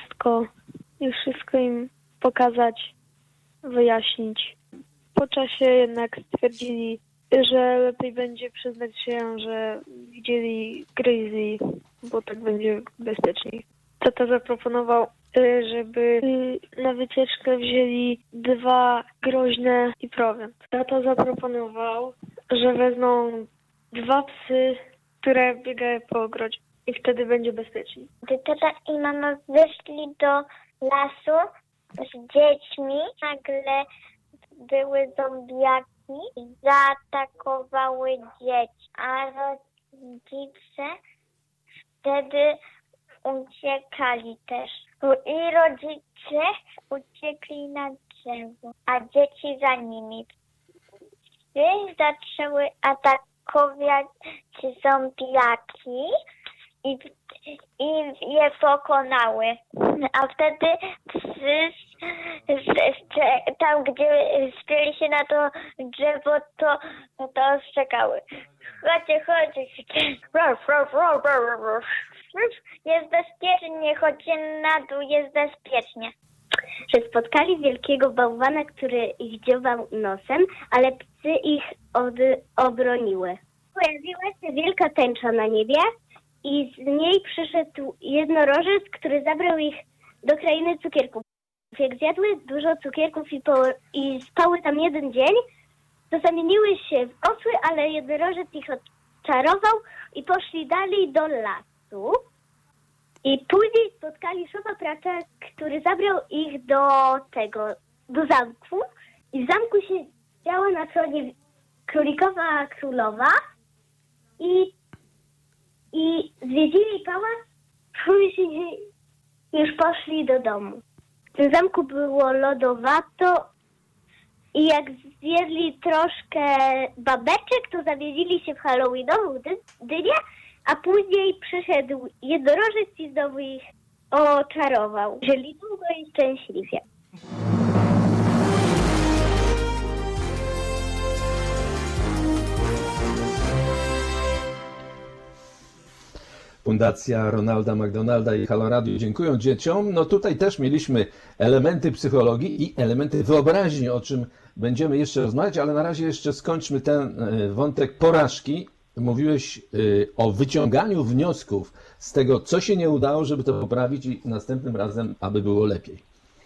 wszystko im pokazać, wyjaśnić. Po czasie jednak stwierdzili, że lepiej będzie przyznać się, że widzieli grizzly, bo tak będzie bezpieczniej. Tata zaproponował, żeby na wycieczkę wzięli 2 groźne i prowiant. Tata zaproponował, że wezmą 2 psy, które biegają po ogrodzie i wtedy będzie bezpieczniej. Gdy tata i mama wyszli do lasu z dziećmi, nagle były zombiaki i zaatakowały dzieci, a rodzice wtedy uciekali też. I rodzice uciekli na drzewo, a dzieci za nimi. Psy zaczęły atakować zombiaki i je pokonały. A wtedy psy tam, gdzie spięli się na to drzewo, to ostrzekały. Chodźcie. Jest bezpiecznie, chodźcie na dół, jest bezpiecznie. Że spotkali wielkiego bałwana, który ich dziobał nosem, ale psy ich obroniły. Pojawiła się wielka tęcza na niebie i z niej przyszedł jednorożec, który zabrał ich do krainy cukierków. Jak zjadły dużo cukierków i spały tam jeden dzień, to zamieniły się w osły, ale jednorożec ich odczarował i poszli dalej do lasu. I później spotkali szefa pracza, który zabrał ich do zamku. I w zamku siedziała na tronie królikowa królowa i zwiedzili pałac, później już poszli do domu. W tym zamku było lodowato i jak zjedli troszkę babeczek, to zamienili się w halloweenową dynię, a później przyszedł jednorożec i znowu ich oczarował. Żyli długo i szczęśliwie. Fundacja Ronalda McDonalda i Halo Radio dziękują dzieciom. No tutaj też mieliśmy elementy psychologii i elementy wyobraźni, o czym będziemy jeszcze rozmawiać, ale na razie jeszcze skończmy ten wątek porażki. Mówiłeś o wyciąganiu wniosków z tego, co się nie udało, żeby to poprawić i następnym razem, aby było lepiej.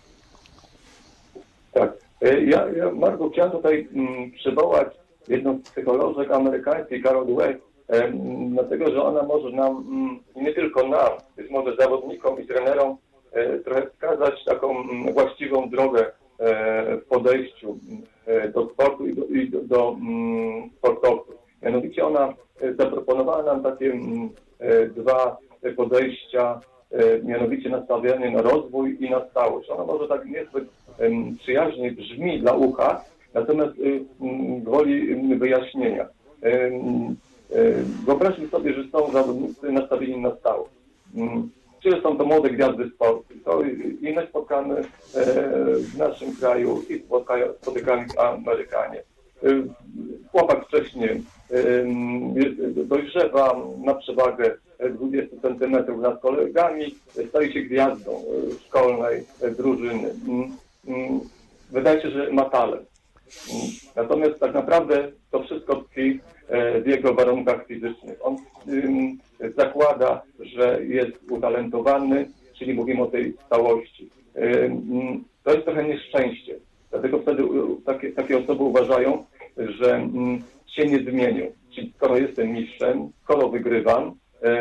Tak. Ja Marku, chciałem tutaj przywołać jedną z psycholożek amerykańskich, Carol Dweck, dlatego, że ona może nam, nie tylko nam, być może zawodnikom i trenerom, trochę wskazać taką właściwą drogę w podejściu do sportu i do sportowców. Mianowicie ona zaproponowała nam takie dwa podejścia, mianowicie nastawienie na rozwój i na stałość. Ona może tak niezbyt przyjaźnie brzmi dla ucha, natomiast gwoli wyjaśnienia. Wyobraźmy sobie, że są zawodnicy nastawieni na stałość. Czyli są to młode gwiazdy sportu. To inne spotkamy w naszym kraju i spotykamy w Amerykanie. Chłopak wcześniej dojrzewa, ma przewagę 20 cm nad kolegami, staje się gwiazdą szkolnej drużyny. Wydaje się, że ma talent. Natomiast tak naprawdę to wszystko tkwi w jego warunkach fizycznych. On zakłada, że jest utalentowany, czyli mówimy o tej stałości. To jest trochę nieszczęście. Dlatego wtedy takie osoby uważają, że się nie zmienią. Czyli skoro jestem mistrzem, skoro wygrywam,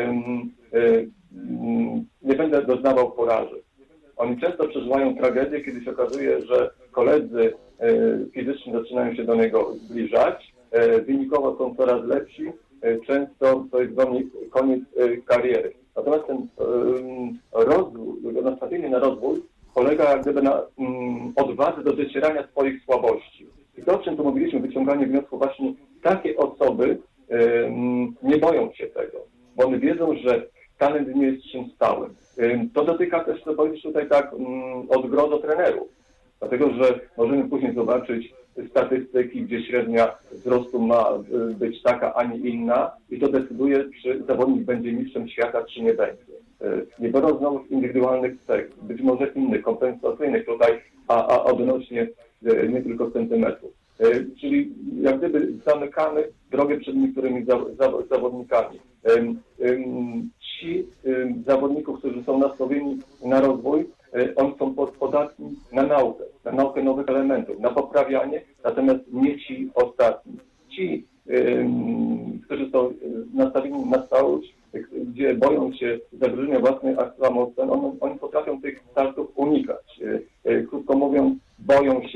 nie będę doznawał porażek. Oni często przeżywają tragedię, kiedy się okazuje, że koledzy fizycznie zaczynają się do niego zbliżać, wynikowo są coraz lepsi, często to jest do nich koniec kariery. Natomiast ten rozwój, nastawienie na rozwój polega jak gdyby na odwadze do docierania swoich słabości. I to, o czym tu mówiliśmy, wyciąganie wniosków, właśnie takie osoby nie boją się tego, bo one wiedzą, że talent nie jest czymś stałym. To dotyka też, co powiedzieć tutaj tak, od gro do trenerów. Dlatego, że możemy później zobaczyć statystyki, gdzie średnia wzrostu ma być taka, a nie inna i to decyduje, czy zawodnik będzie mistrzem świata, czy nie będzie. Nie biorąc znowu indywidualnych cech, być może innych, kompensacyjnych tutaj, a odnośnie nie tylko centymetrów. Czyli jak gdyby zamykamy drogę przed niektórymi zawodnikami. Ci zawodników, którzy są nastawieni na rozwój, oni są podatni na naukę nowych elementów, na poprawianie, natomiast nie ci ostatni. Ci, którzy są nastawieni na stałość, gdzie boją się zagrożenia własnej samocen, oni potrafią tych startów unikać. Krótko mówiąc, boją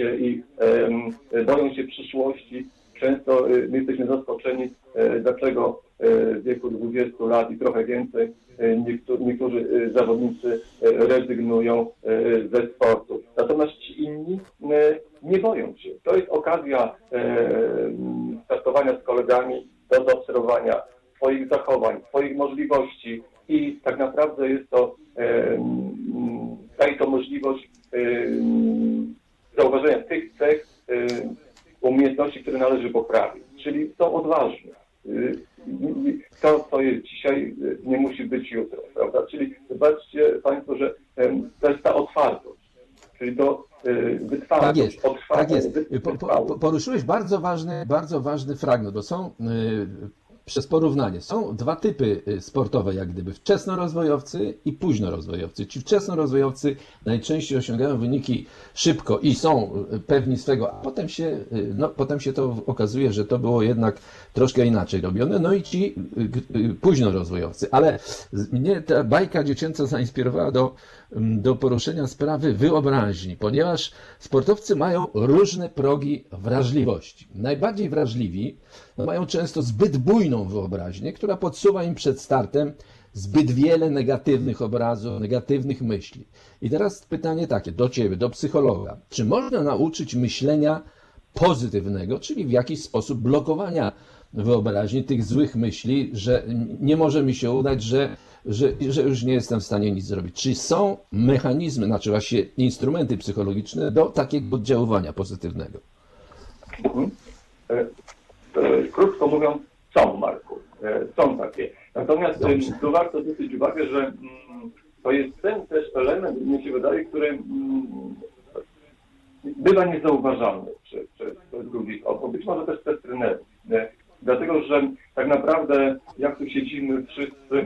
się przyszłości. Często my jesteśmy zaskoczeni, dlaczego w wieku 20 lat i trochę więcej niektórzy zawodnicy rezygnują ze sportu. Natomiast ci inni nie boją się. To jest okazja startowania z kolegami do zaobserwowania swoich zachowań, swoich możliwości i tak naprawdę jest to, daje to możliwość zauważenia tych cech, umiejętności, które należy poprawić. Czyli są odważni. To, co jest dzisiaj, nie musi być jutro, prawda? Czyli zobaczcie Państwo, że to jest ta otwartość, czyli to wytrwałość. Tak jest. Poruszyłeś bardzo ważny fragment, bo są przez porównanie. Są dwa typy sportowe, jak gdyby wczesnorozwojowcy i późnorozwojowcy. Ci wczesnorozwojowcy najczęściej osiągają wyniki szybko i są pewni swego, a potem się to okazuje, że to było jednak troszkę inaczej robione. No i ci późnorozwojowcy. Ale mnie ta bajka dziecięca zainspirowała do poruszenia sprawy wyobraźni, ponieważ sportowcy mają różne progi wrażliwości. Najbardziej wrażliwi mają często zbyt bujną wyobraźnię, która podsuwa im przed startem zbyt wiele negatywnych obrazów, negatywnych myśli. I teraz pytanie takie do Ciebie, do psychologa. Czy można nauczyć myślenia pozytywnego, czyli w jakiś sposób blokowania wyobraźni tych złych myśli, że nie może mi się udać, że już nie jestem w stanie nic zrobić? Czy są mechanizmy, znaczy właśnie instrumenty psychologiczne do takiego oddziaływania pozytywnego? Krótko mówiąc, są, Marku. Są takie. Natomiast Dobrze. tu warto zwrócić uwagę, że to jest ten też element, mi się wydaje, który bywa niezauważalny przez drugich osób, być może też przez trenerów. Dlatego, że tak naprawdę jak tu siedzimy wszyscy,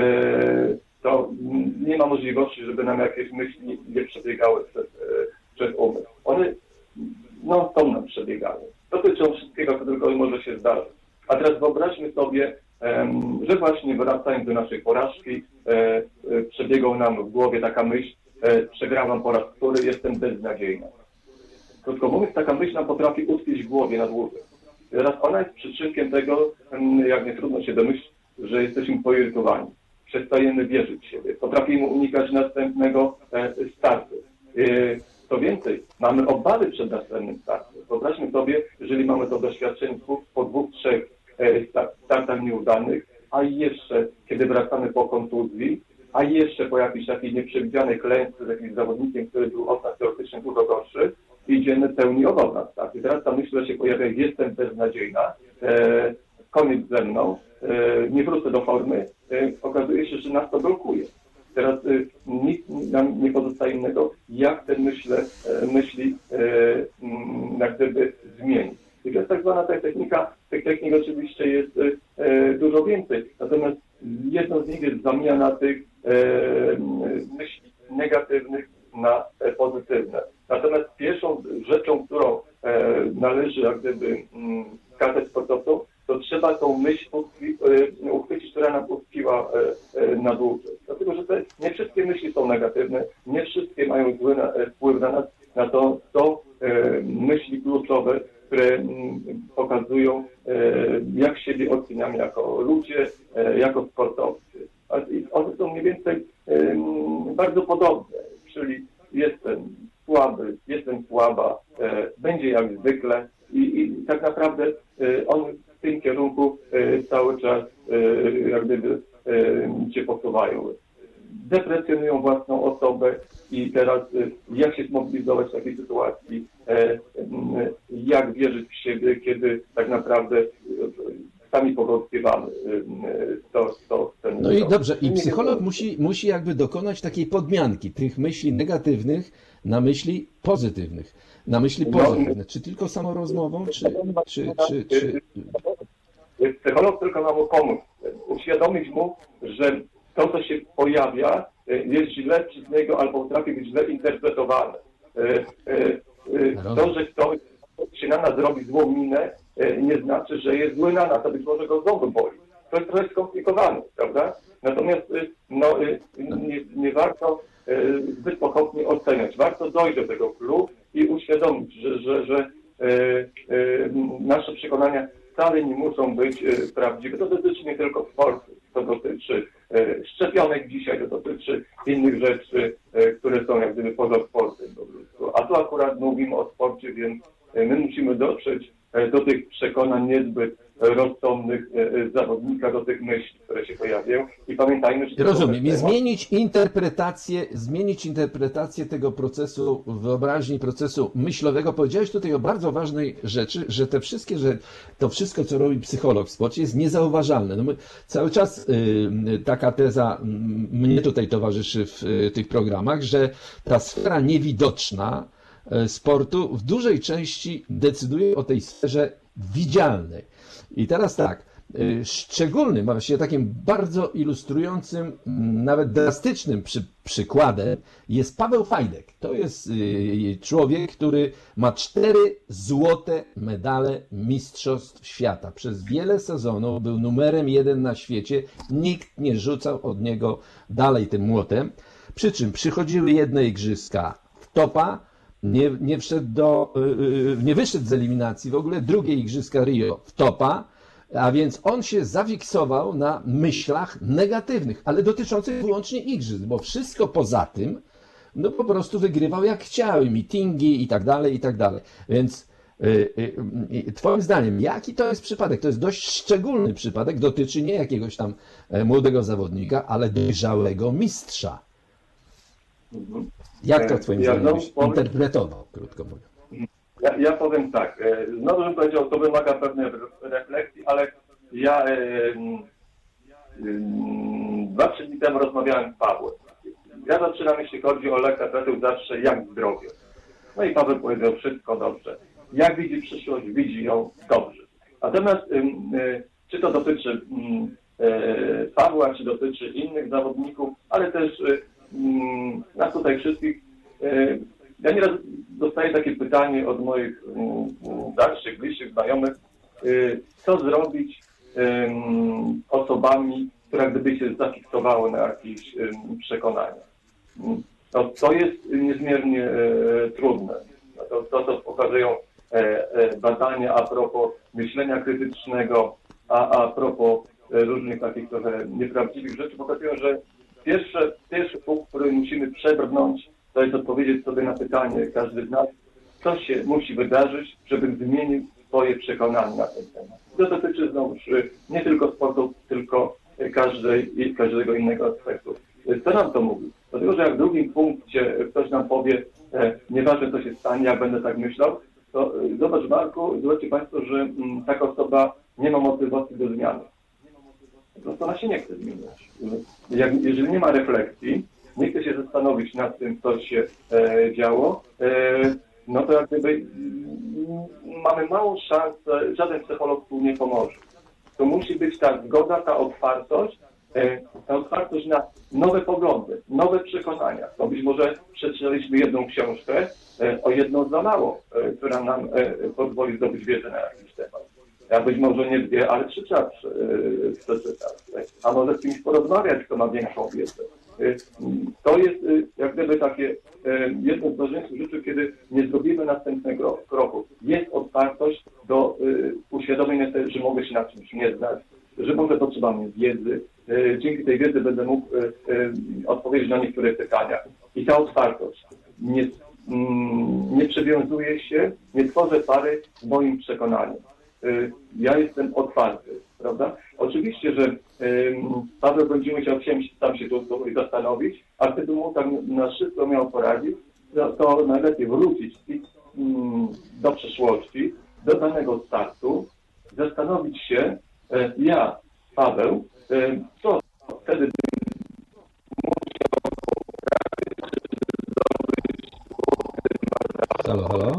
to nie ma możliwości, żeby nam jakieś myśli nie przebiegały przez umysł. One non-stop nam przebiegały. Dotyczą wszystkiego, co tylko może się zdarzyć. A teraz wyobraźmy sobie, że właśnie wracając do naszej porażki, przebiegła nam w głowie taka myśl, przegrałam po raz wtóry, jestem beznadziejna. Krótko mówiąc, taka myśl nam potrafi utkwić w głowie na dłużej. Teraz ona jest przyczynkiem tego, jak nie trudno się domyślić, że jesteśmy poirytowani. Przestajemy wierzyć w siebie. Potrafimy unikać następnego startu. Co więcej, mamy obawy przed następnym startem. Wyobraźmy sobie, jeżeli mamy to doświadczenie po 2-3 startach nieudanych, a jeszcze, kiedy wracamy po kontuzji, a jeszcze po jakiejś takiej nieprzewidzianej klęsce z jakimś zawodnikiem, który był od nas teoretycznie dużo gorszy, idziemy pełni obaw na start. I teraz ta myśl się pojawia, jestem beznadziejna, koniec ze mną, nie wrócę do formy, okazuje się, że nas to blokuje. Teraz nic nam nie pozostaje innego, jak te myśli jak gdyby zmienić. I to jest tak zwana technika, tych technik oczywiście jest dużo więcej, natomiast jedną z nich jest zamiana tych myśli negatywnych na pozytywne. Natomiast pierwszą rzeczą, którą należy jak gdyby wskazać sportowcom, to trzeba tą myśl uchwycić, która nam utkwiła na dłużej. Dlatego, że nie wszystkie myśli są negatywne, nie wszystkie mają zły wpływ na nas, na to są myśli kluczowe, które pokazują, jak siebie oceniamy jako ludzie, jako sportowcy. I one są mniej więcej bardzo podobne, czyli jestem słaby, jestem słaba, będzie jak zwykle i tak naprawdę one w tym kierunku cały czas jak gdyby się posuwają. Deprecjonują własną osobę i teraz jak się zmobilizować w takiej sytuacji, jak wierzyć w siebie, kiedy tak naprawdę sami powątpiewamy to chcemy. No i dobrze, i psycholog musi jakby dokonać takiej podmianki tych myśli negatywnych na myśli pozytywnych. Na myśli pozytywne. Czy tylko samorozmową, czy... Psycholog tylko ma mu pomóc, uświadomić mu, że to, co się pojawia, jest źle przez niego albo potrafi być źle interpretowane. To, że ktoś się na nas robi złą minę, nie znaczy, że jest zły na nas, a być może go znowu boli. To jest trochę skomplikowane, prawda? Natomiast nie warto zbyt pochopnie oceniać. Warto dojść do tego clou i uświadomić, że nasze przekonania wcale nie muszą być prawdziwe. To dotyczy nie tylko sportu, to dotyczy szczepionek dzisiaj, to dotyczy innych rzeczy, które są jak gdyby poza sportem. A tu akurat mówimy o sporcie, więc my musimy dotrzeć do tych przekonań niezbyt rozsądnych zawodnika, do tych myśli, które się pojawiają i pamiętajmy, że... Rozumiem. I zmienić interpretację tego procesu wyobraźni, procesu myślowego. Powiedziałeś tutaj o bardzo ważnej rzeczy, że to wszystko, co robi psycholog w sporcie, jest niezauważalne. No cały czas taka teza mnie tutaj towarzyszy w tych programach, że ta sfera niewidoczna sportu w dużej części decyduje o tej sferze widzialnej. I teraz tak, szczególnym, właściwie takim bardzo ilustrującym, nawet drastycznym przykładem jest Paweł Fajdek. To jest człowiek, który ma 4 złote medale Mistrzostw Świata. Przez wiele sezonów był numerem 1 na świecie. Nikt nie rzucał od niego dalej tym młotem. Przy czym przychodziły jedne igrzyska w topa, nie wyszedł z eliminacji, w ogóle drugie igrzyska Rio w topa, a więc on się zafiksował na myślach negatywnych, ale dotyczących wyłącznie igrzysk, bo wszystko poza tym, no po prostu wygrywał jak chciał, mitingi i tak dalej, i tak dalej. Więc twoim zdaniem, jaki to jest przypadek? To jest dość szczególny przypadek, dotyczy nie jakiegoś tam młodego zawodnika, ale dojrzałego mistrza. Jak to twoim zdaniem byś interpretował, krótko mówiąc? Ja powiem tak, znowu bym powiedział, to wymaga pewnej refleksji, ale 2-3 dni temu rozmawiałem z Pawłem. Ja zaczynam, jeśli chodzi o lek, zapytał zawsze, jak zdrowie. No i Paweł powiedział, wszystko dobrze. Jak widzi przyszłość, widzi ją dobrze. Natomiast czy to dotyczy Pawła, czy dotyczy innych zawodników, ale też nas tutaj wszystkich. Ja nieraz dostaję takie pytanie od moich dalszych, bliższych znajomych, co zrobić osobami, które gdyby się zafiksowały na jakieś przekonania. No, to jest niezmiernie trudne. To, co pokazują badania a propos myślenia krytycznego, a propos różnych takich trochę nieprawdziwych rzeczy, pokazują, że pierwszy punkt, który musimy przebrnąć, to jest odpowiedzieć sobie na pytanie, każdy z nas, co się musi wydarzyć, żebym zmienił swoje przekonanie na ten temat. To dotyczy znowuż nie tylko sportu, tylko każdego innego aspektu. Co nam to mówi? Dlatego, że jak w drugim punkcie ktoś nam powie, nieważne co się stanie, jak będę tak myślał, to zobacz, Marku, zobaczcie Państwo, że taka osoba nie ma motywacji do zmiany. Po prostu ona się nie chce zmieniać. Jeżeli nie ma refleksji, nie chce się zastanowić nad tym, co się działo, no to jak gdyby mamy małą szansę, żaden psycholog tu nie pomoże. To musi być ta zgoda, ta otwartość na nowe poglądy, nowe przekonania. To być może przeczytaliśmy jedną książkę, o jedną za mało, która nam pozwoli zdobyć wiedzę na jakiś temat. Ja być może nie 2, ale 3 trzeba przeczytać. A może z kimś porozmawiać, kto ma większą wiedzę. To jest jak gdyby takie jedno z ważniejszych rzeczy, kiedy nie zrobimy następnego kroku. Jest otwartość do uświadomienia sobie, że mogę się na czymś nie znać, że może potrzeba mi wiedzy. Dzięki tej wiedzy będę mógł odpowiedzieć na niektóre pytania. I ta otwartość nie przywiązuje się, nie tworzę pary z moim przekonaniem. Ja jestem otwarty, prawda? Oczywiście, że Paweł będzie musiał sam się tu zastanowić, a gdyby mu tak na wszystko miał poradzić, to najlepiej wrócić do przeszłości, do danego startu, zastanowić się, ja, Paweł, co wtedy bym Halo, halo?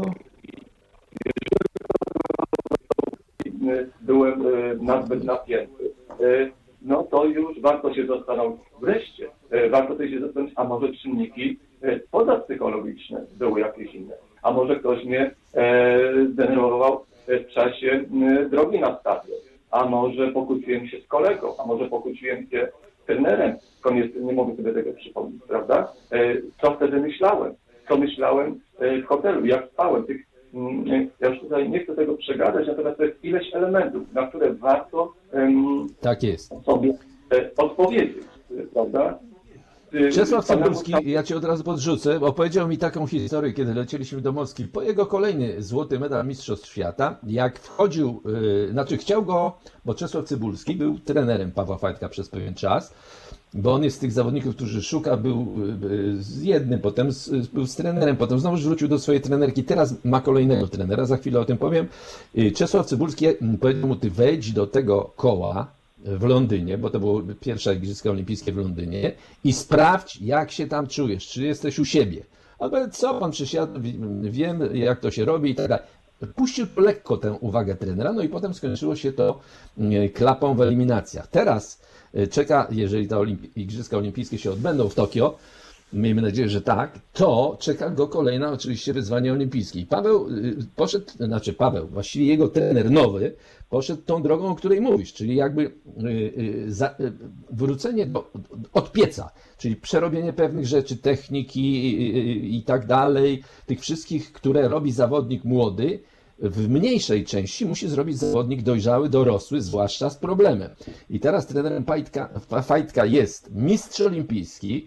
byłem nazbyt napięty. No to już warto się zastanowić. Wreszcie warto się zastanowić, a może czynniki pozapsychologiczne były jakieś inne. A może ktoś mnie zdenerwował w czasie drogi na stadion. A może pokłóciłem się z kolegą, a może pokłóciłem się z trenerem. Koniec, nie mogę sobie tego przypomnieć, prawda? Co wtedy myślałem? Co myślałem w hotelu? Jak spałem? Ja już tutaj nie chcę tego przegadać, natomiast to jest ileś elementów, na które warto Tak jest. sobie odpowiedzieć, prawda? Czesław Cybulski, ja cię od razu podrzucę, opowiedział mi taką historię, kiedy lecieliśmy do Moskwy po jego kolejny złoty medal Mistrzostw Świata. Jak wchodził, chciał go, bo Czesław Cybulski był trenerem Pawła Fajtka przez pewien czas, bo on jest z tych zawodników, którzy szuka, był z jednym, potem był z trenerem, potem znowu wrócił do swojej trenerki, teraz ma kolejnego trenera, za chwilę o tym powiem. Czesław Cybulski powiedział mu, ty wejdź do tego koła w Londynie, bo to było pierwsze Igrzyska Olimpijskie w Londynie i sprawdź, jak się tam czujesz, czy jesteś u siebie. Ale co pan przysiadł, wiem, jak to się robi i tak dalej. Puścił lekko tę uwagę trenera, no i potem skończyło się to klapą w eliminacjach. Teraz czeka, jeżeli te Igrzyska Olimpijskie się odbędą w Tokio, miejmy nadzieję, że tak, to czeka go kolejna oczywiście wyzwanie olimpijskie. I Paweł, właściwie jego trener nowy, poszedł tą drogą, o której mówisz, czyli jakby wrócenie od pieca, czyli przerobienie pewnych rzeczy, techniki i tak dalej, tych wszystkich, które robi zawodnik młody, w mniejszej części musi zrobić zawodnik dojrzały, dorosły, zwłaszcza z problemem. I teraz trenerem Fajtka jest mistrz olimpijski,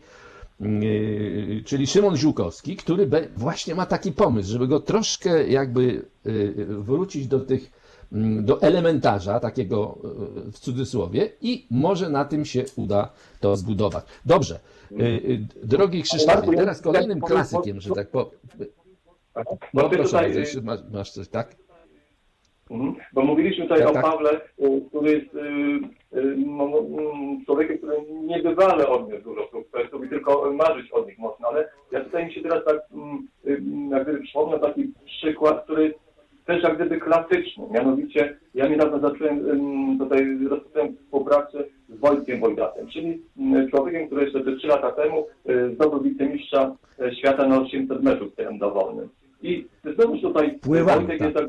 czyli Szymon Ziółkowski, który właśnie ma taki pomysł, żeby go troszkę jakby wrócić do elementarza, takiego w cudzysłowie, i może na tym się uda to zbudować. Dobrze, drogi Krzysztofie, teraz kolejnym klasykiem, że tak powiem. No proszę bardzo, jeszcze masz coś, tak? Bo mówiliśmy tutaj Tak, o tak. Pawle, który jest człowiekiem, który niebywale odniósł dużo sukcesów i tylko marzyć o nich można, ale ja tutaj mi się teraz tak jak gdyby przypomnę taki przykład, który też jak gdyby klasyczny. Mianowicie ja niedawno zacząłem tutaj rozpocząłem współpracę z Wojtkiem Wojdatem, czyli człowiekiem, który jeszcze te 3 lata temu zdobył wicemistrza świata na 800 metrów w terenie dowolnym. I znowuż tutaj Pływaniu, Wojtek tak, jest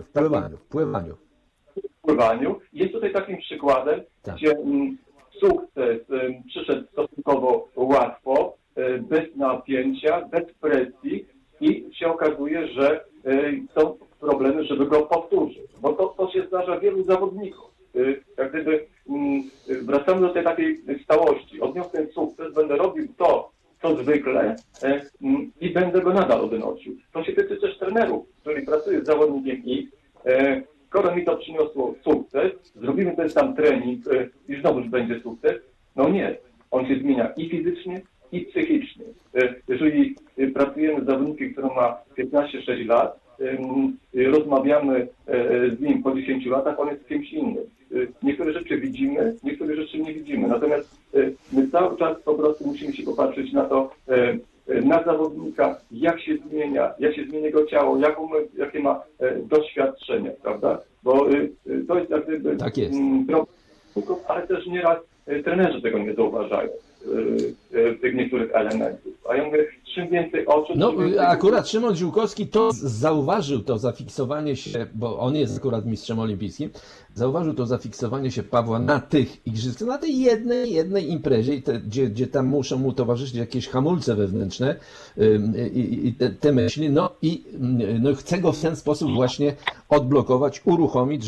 pływaniu. Jest tutaj takim przykładem, Tak. gdzie sukces przyszedł stosunkowo łatwo, bez napięcia, bez presji i się okazuje, że są problemy, żeby go powtórzyć. Bo to się zdarza wielu zawodników. Jak gdyby wracamy do tej takiej stałości. Odniosę ten sukces, będę robił to, co zwykle i będę go nadal odnosił. To się tyczy też trenerów, który pracuje z zawodnikiem X. Skoro mi to przyniosło sukces, zrobimy ten sam trening i znowuż będzie sukces. No nie. On się zmienia i fizycznie, i psychicznie. Jeżeli pracujemy z zawodnikiem, który ma 15-6 lat, rozmawiamy z nim po 10 latach, on jest kimś innym. Niektóre rzeczy widzimy, niektóre rzeczy nie widzimy. Natomiast my cały czas po prostu musimy się popatrzeć na to, na zawodnika, jak się zmienia jego ciało, jakie ma doświadczenia, prawda? Bo to jest jak gdyby Tak jest. problem, ale też nieraz trenerzy tego nie zauważają. Tych niektórych elementów. A ja mówię, czym więcej oczu... No, czym więcej... akurat Szymon Ziółkowski to zauważył to zafiksowanie się, bo on jest akurat mistrzem olimpijskim, zauważył to zafiksowanie się Pawła na tych igrzyskach, na tej jednej imprezie, gdzie tam muszą mu towarzyszyć jakieś hamulce wewnętrzne i te myśli, no chce go w ten sposób właśnie odblokować, uruchomić,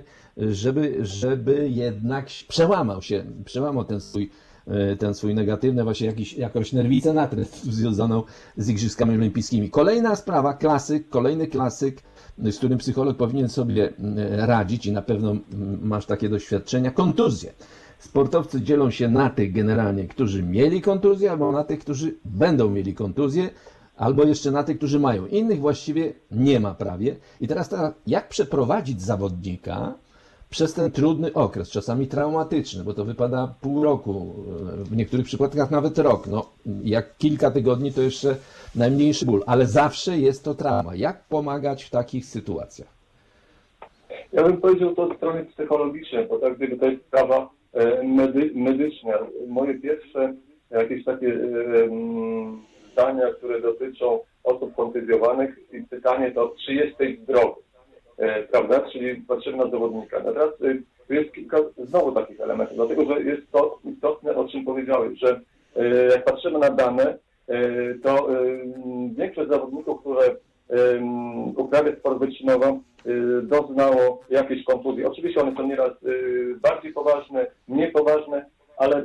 żeby jednak przełamał ten swój negatywny, właśnie jakąś nerwicę natręt związaną z Igrzyskami Olimpijskimi. Kolejna sprawa, kolejny klasyk, z którym psycholog powinien sobie radzić i na pewno masz takie doświadczenia, kontuzje. Sportowcy dzielą się na tych generalnie, którzy mieli kontuzję, albo na tych, którzy będą mieli kontuzję, albo jeszcze na tych, którzy mają. Innych właściwie nie ma prawie. I teraz jak przeprowadzić zawodnika przez ten trudny okres, czasami traumatyczny, bo to wypada pół roku, w niektórych przypadkach nawet rok. No, jak kilka tygodni to jeszcze najmniejszy ból, ale zawsze jest to trauma. Jak pomagać w takich sytuacjach? Ja bym powiedział to od strony psychologicznej, bo tak gdyby to jest sprawa medyczna. Moje pierwsze jakieś takie zdania, które dotyczą osób kontuzjowanych i pytanie to, czy jesteś zdrowy? Prawda? Czyli patrzymy na zawodnika. No teraz tu jest kilka znowu takich elementów, dlatego że jest to istotne, o czym powiedziałeś, że jak patrzymy na dane, to większość zawodników, które uprawia sport wyczynowy, doznało jakiejś kontuzji. Oczywiście one są nieraz bardziej poważne, mniej poważne, ale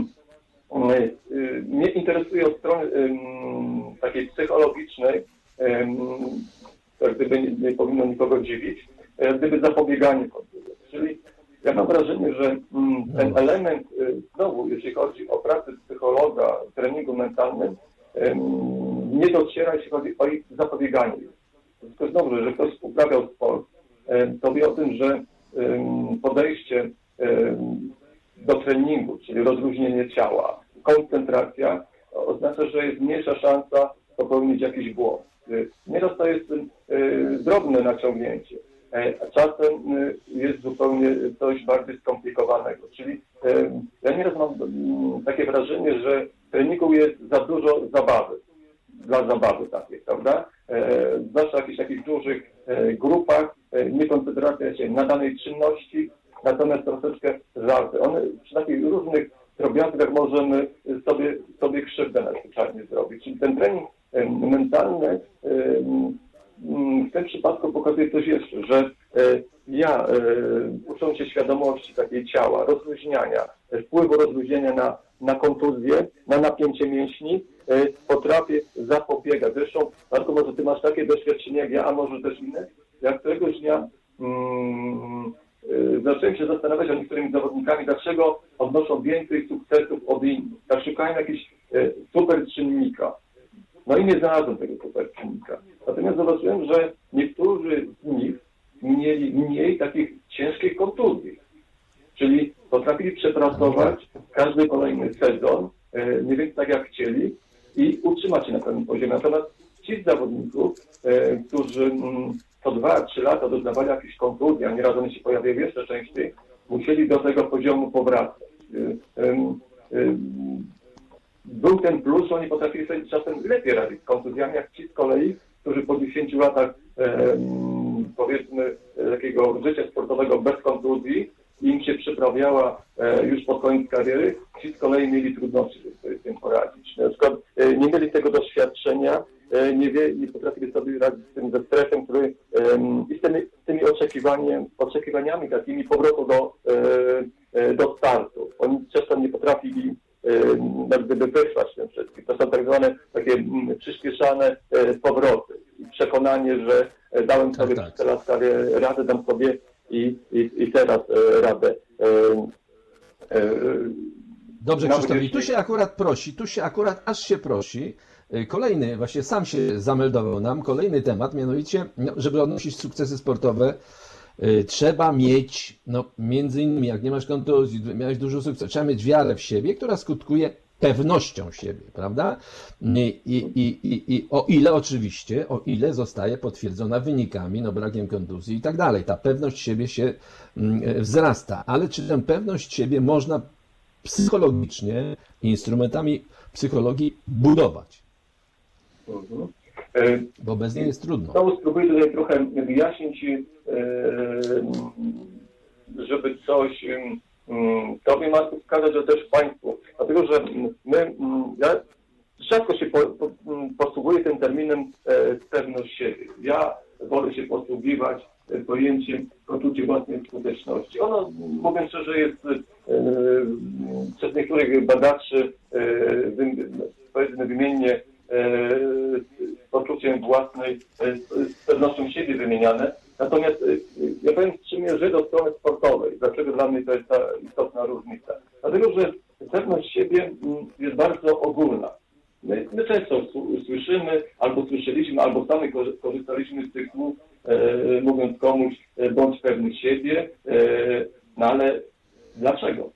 mnie interesuje od strony takiej psychologicznej, jak gdyby nie powinno nikogo dziwić, jak gdyby zapobieganie kontuzji. Czyli ja mam wrażenie, że ten element, znowu, jeśli chodzi o pracę psychologa, treningu mentalnym, nie dociera, jeśli chodzi o ich zapobieganie. Tylko znowu, że ktoś uprawiał sport, to wie o tym, że podejście do treningu, czyli rozluźnienie ciała, koncentracja, oznacza, że jest mniejsza szansa popełnić jakiś błąd. Nieraz to jest drobne naciągnięcie, a czasem jest zupełnie coś bardziej skomplikowanego. Czyli ja nieraz mam takie wrażenie, że w treningu jest za dużo zabawy, dla zabawy takiej, prawda? Zwłaszcza w jakichś takich dużych grupach, nie koncentracja się na danej czynności, natomiast troszeczkę żarty. One przy takich różnych drobiazgach możemy sobie krzywdę najzwyczajnie zrobić. Czyli ten trening mentalny w tym przypadku pokazuje coś jeszcze, że ja ucząc się świadomości takiej ciała, rozluźniania, wpływu rozluźnienia na kontuzję, na napięcie mięśni, potrafię zapobiegać. Zresztą, Marku, może ty masz takie doświadczenie jak ja, a może też inne. Ja któregoś dnia zacząłem się zastanawiać o niektórymi zawodnikami, dlaczego odnoszą więcej sukcesów od innych. Tak szukałem jakiegoś super czynnika. No i nie znalazłem tego super czynnika. Natomiast zobaczyłem, że niektórzy z nich mieli mniej takich ciężkich kontuzji. Czyli potrafili przepracować każdy kolejny sezon, mniej więcej tak jak chcieli i utrzymać się na pewnym poziomie. Natomiast ci z zawodników, którzy co 2-3 lata doznawali jakichś kontuzji, a nieraz one się pojawiają jeszcze częściej, musieli do tego poziomu powracać. Był ten plus, że oni potrafili sobie czasem lepiej radzić z kontuzjami, jak ci z kolei, którzy po 10 latach powiedzmy takiego życia sportowego bez kontuzji im się przyprawiała już pod koniec kariery, ci z kolei mieli trudności, żeby sobie z tym poradzić. Na przykład nie mieli tego doświadczenia, nie potrafili sobie radzić z tym ze stresem, który i z tymi oczekiwaniami takimi powrotu do startu. Oni często nie potrafili jak gdyby wytrwać tym wszystkim. To są tak zwane takie przyspieszane powroty i przekonanie, że dałem sobie przez te lat radę, dam sobie i teraz radę. Dobrze, Krzysztof, i tu się akurat prosi, aż się prosi, kolejny, właśnie sam się zameldował nam, kolejny temat, mianowicie, żeby odnosić sukcesy sportowe, trzeba mieć, między innymi, jak nie masz kontuzji, miałeś dużo sukcesów, trzeba mieć wiarę w siebie, która skutkuje pewnością siebie, prawda? I o ile zostaje potwierdzona wynikami, brakiem kontuzji i tak dalej. Ta pewność siebie się wzrasta, ale czy tę pewność siebie można psychologicznie, instrumentami psychologii budować? Bo bez niej jest trudno. Znowu spróbuję tutaj trochę wyjaśnić, żeby coś Tobie, Marku, wskazać, że też Państwu. Dlatego, że ja rzadko się posługuję tym terminem pewność siebie. Ja wolę się posługiwać pojęciem poczucie własnej skuteczności. Ono, mówiąc szczerze, jest przez niektórych badaczy, powiedzmy wymiennie, poczuciem własnej, z pewnością siebie wymieniane. Natomiast ja powiem, z czym mierzę do strony sportowej. Dlaczego dla mnie to jest ta istotna różnica? Dlatego, że pewność siebie jest bardzo ogólna. My często słyszymy, albo słyszeliśmy, albo sami korzystaliśmy z tych słów, mówiąc komuś, bądź pewny siebie, ale dlaczego?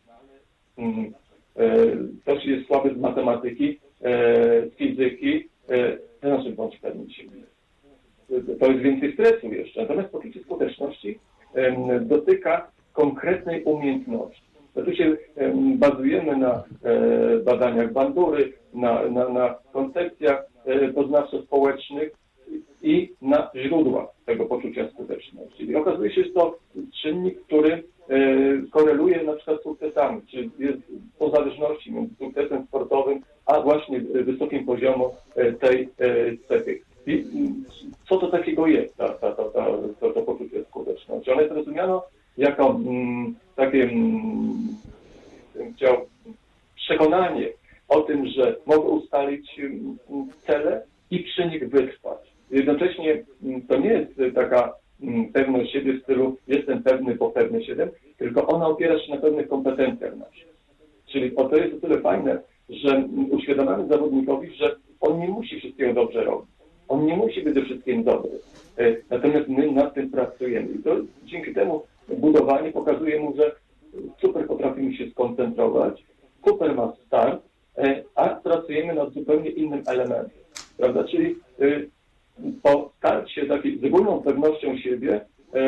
Ktoś jest słaby z matematyki, z fizyki, to znaczy bądź pewny siebie. To jest więcej stresu jeszcze. Natomiast poczucie skuteczności dotyka konkretnej umiejętności. Tu się bazujemy na badaniach Bandury, na koncepcjach poznawczo-społecznych i na źródłach tego poczucia skuteczności. I okazuje się, że to czynnik, który koreluje na przykład z sukcesami, czy jest po zależności między sukcesem sportowym, a właśnie wysokim poziomem tej cechy. I co to takiego jest, to poczucie skuteczności? Ono jest rozumiano jako takie przekonanie o tym, że mogę ustalić cele i przy nich wytrwać. Jednocześnie to nie jest taka pewność siebie w stylu jestem pewny, bo pewny siebie, tylko ona opiera się na pewnych kompetencjach naszych. Czyli to jest o tyle fajne, że uświadamiamy zawodnikowi, że on nie musi wszystkiego dobrze robić. On nie musi być ze wszystkim dobry. Natomiast my nad tym pracujemy. I to dzięki temu budowanie pokazuje mu, że super potrafimy się skoncentrować, super ma start, a pracujemy nad zupełnie innym elementem. Prawda? Czyli po starcie takiej z ogólną pewnością siebie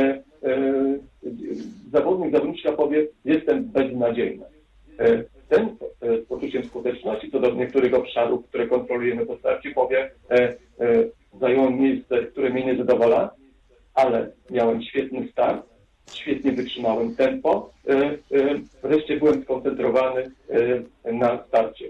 zawodniczka powie, jestem beznadziejny. Ten z poczuciem skuteczności co do niektórych obszarów, które kontrolujemy po starcie, powie, zająłem miejsce, które mnie nie zadowala, ale miałem świetny start, świetnie wytrzymałem tempo, wreszcie byłem skoncentrowany na starcie.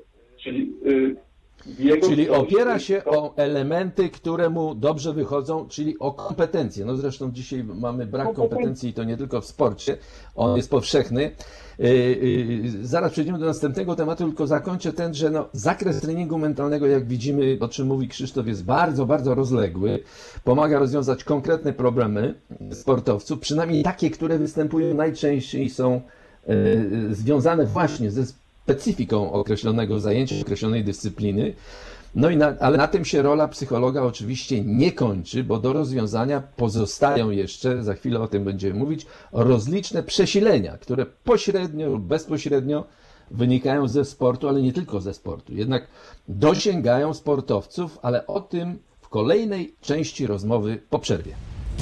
Czyli opiera się o elementy, które mu dobrze wychodzą, czyli o kompetencje. Zresztą dzisiaj mamy brak kompetencji i to nie tylko w sporcie, on jest powszechny. Zaraz przejdziemy do następnego tematu, tylko zakończę ten, że zakres treningu mentalnego, jak widzimy, o czym mówi Krzysztof, jest bardzo, bardzo rozległy. Pomaga rozwiązać konkretne problemy sportowców, przynajmniej takie, które występują najczęściej, są związane właśnie ze specyfiką określonego zajęcia, określonej dyscypliny. No i ale na tym się rola psychologa oczywiście nie kończy, bo do rozwiązania pozostają jeszcze, za chwilę o tym będziemy mówić, rozliczne przesilenia, które pośrednio lub bezpośrednio wynikają ze sportu, ale nie tylko ze sportu. Jednak dosięgają sportowców, ale o tym w kolejnej części rozmowy po przerwie.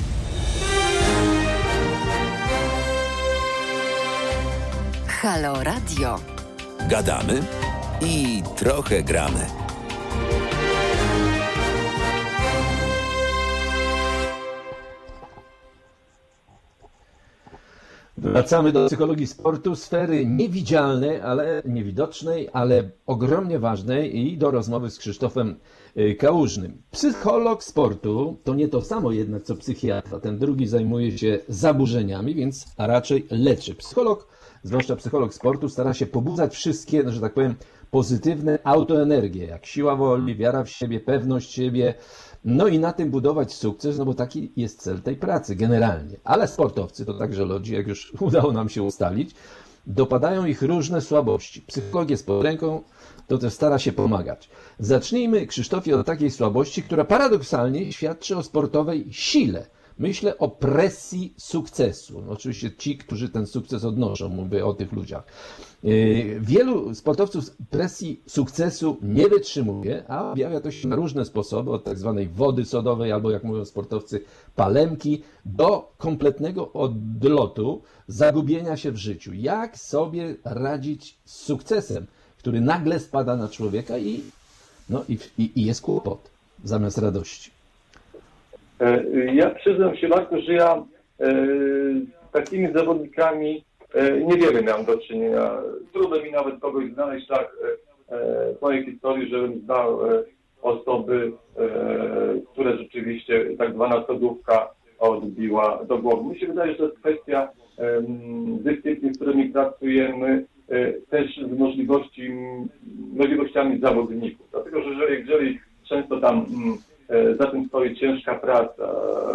Halo Radio. Gadamy i trochę gramy. Wracamy do psychologii sportu, sfery niewidzialnej, ale niewidocznej, ale ogromnie ważnej i do rozmowy z Krzysztofem Kałużnym. Psycholog sportu to nie to samo jednak co psychiatra. Ten drugi zajmuje się zaburzeniami, a raczej leczy. Psycholog, zwłaszcza psycholog sportu, stara się pobudzać wszystkie, że tak powiem, pozytywne autoenergie, jak siła woli, wiara w siebie, pewność siebie, no i na tym budować sukces, no bo taki jest cel tej pracy generalnie. Ale sportowcy, to także ludzi, jak już udało nam się ustalić, dopadają ich różne słabości. Psycholog jest pod ręką, to też stara się pomagać. Zacznijmy, Krzysztofie, od takiej słabości, która paradoksalnie świadczy o sportowej sile. Myślę o presji sukcesu. No, oczywiście ci, którzy ten sukces odnoszą, mówię o tych ludziach. Wielu sportowców presji sukcesu nie wytrzymuje, a objawia to się na różne sposoby, od tak zwanej wody sodowej, albo jak mówią sportowcy, palemki, do kompletnego odlotu, zagubienia się w życiu. Jak sobie radzić z sukcesem, który nagle spada na człowieka i jest kłopot zamiast radości? Ja przyznam się, Marku, że ja z takimi zawodnikami niewiele miałem do czynienia. Trudno mi nawet kogoś znaleźć tak w mojej historii, żebym znał osoby, które rzeczywiście tak zwana sodówka odbiła do głowy. Mi się wydaje, że to jest kwestia dyscyplin, z którymi pracujemy, też z możliwościami zawodników. Dlatego, że jeżeli często tam za tym stoi ciężka praca,